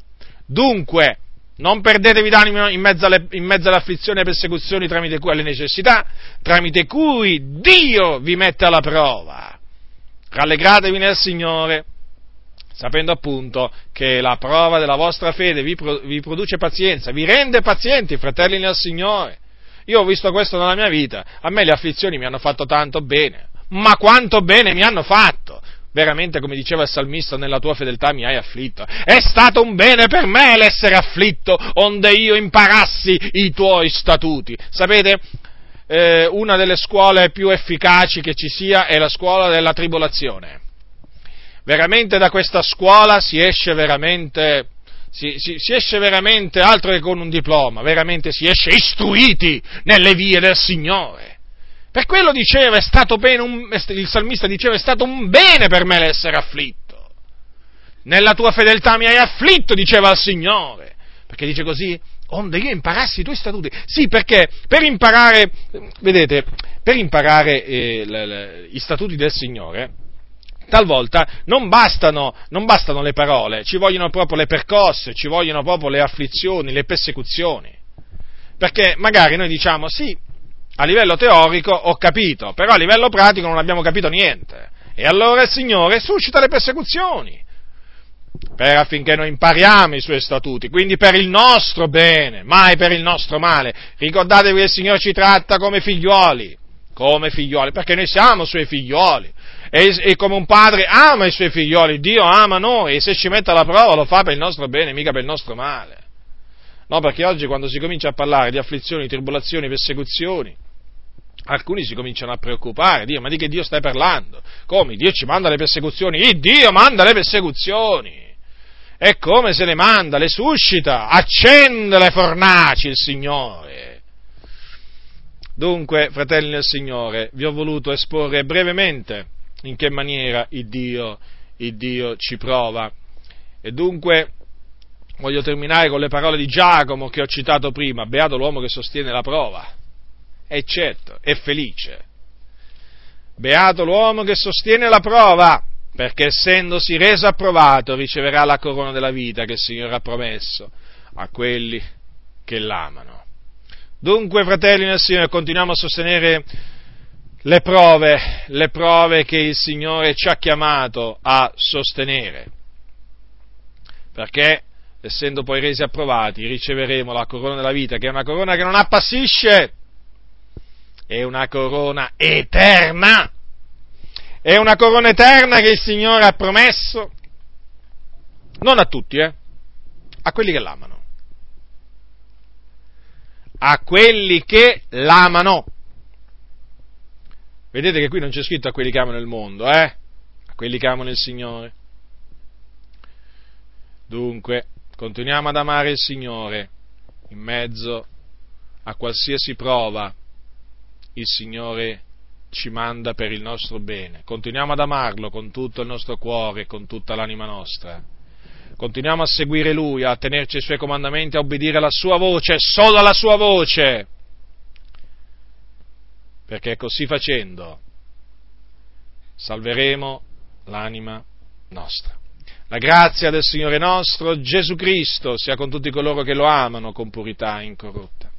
Dunque, non perdetevi d'animo in mezzo alle, in mezzo alle afflizioni e persecuzioni tramite cui alle necessità, tramite cui Dio vi mette alla prova. Rallegratevi nel Signore, sapendo appunto che la prova della vostra fede vi, pro, vi produce pazienza, vi rende pazienti, fratelli nel Signore. Io ho visto questo nella mia vita, a me le afflizioni mi hanno fatto tanto bene, ma quanto bene mi hanno fatto! Veramente, come diceva il salmista, nella tua fedeltà mi hai afflitto. È stato un bene per me l'essere afflitto, onde io imparassi i tuoi statuti. Sapete, eh, una delle scuole più efficaci che ci sia è la scuola della tribolazione. Veramente da questa scuola si esce veramente, si, si, si esce veramente altro che con un diploma, veramente si esce istruiti nelle vie del Signore. Per quello diceva, è stato bene, un, il salmista diceva, è stato un bene per me l'essere afflitto. Nella tua fedeltà mi hai afflitto, diceva il Signore. Perché dice così, onde io imparassi i tuoi statuti. Sì, perché per imparare, vedete, per imparare eh, le, le, i statuti del Signore, talvolta non bastano, non bastano le parole, ci vogliono proprio le percosse, ci vogliono proprio le afflizioni, le persecuzioni. Perché magari noi diciamo, sì, a livello teorico ho capito, però a livello pratico non abbiamo capito niente. E allora il Signore suscita le persecuzioni, per affinché noi impariamo i suoi statuti, quindi per il nostro bene, mai per il nostro male. Ricordatevi che il Signore ci tratta come figlioli, come figlioli, perché noi siamo suoi figlioli, e, e come un padre ama i suoi figlioli, Dio ama noi, e se ci mette alla prova lo fa per il nostro bene, mica per il nostro male. No, perché oggi quando si comincia a parlare di afflizioni, tribolazioni, persecuzioni, alcuni si cominciano a preoccupare, Dio, ma di che Dio stai parlando? Come? Dio ci manda le persecuzioni? Il Dio manda le persecuzioni! E come se le manda, le suscita, accende le fornaci il Signore. Dunque, fratelli del Signore, vi ho voluto esporre brevemente in che maniera il Dio, il Dio ci prova. E dunque voglio terminare con le parole di Giacomo che ho citato prima: beato l'uomo che sostiene la prova. E certo, è felice. Beato l'uomo che sostiene la prova, perché essendosi reso approvato riceverà la corona della vita che il Signore ha promesso a quelli che l'amano. Dunque, fratelli nel Signore, continuiamo a sostenere le prove, le prove che il Signore ci ha chiamato a sostenere, perché essendo poi resi approvati riceveremo la corona della vita, che è una corona che non appassisce, è una corona eterna. È una corona eterna che il Signore ha promesso, non a tutti, eh, a quelli che l'amano. A quelli che l'amano. Vedete che qui non c'è scritto a quelli che amano il mondo, eh? A quelli che amano il Signore. Dunque, continuiamo ad amare il Signore in mezzo a qualsiasi prova. Il Signore ci manda per il nostro bene. Continuiamo ad amarlo con tutto il nostro cuore e con tutta l'anima nostra. Continuiamo a seguire Lui, a tenerci ai Suoi comandamenti, a obbedire alla Sua voce, solo alla Sua voce. Perché così facendo salveremo l'anima nostra. La grazia del Signore nostro Gesù Cristo sia con tutti coloro che lo amano con purità incorrotta.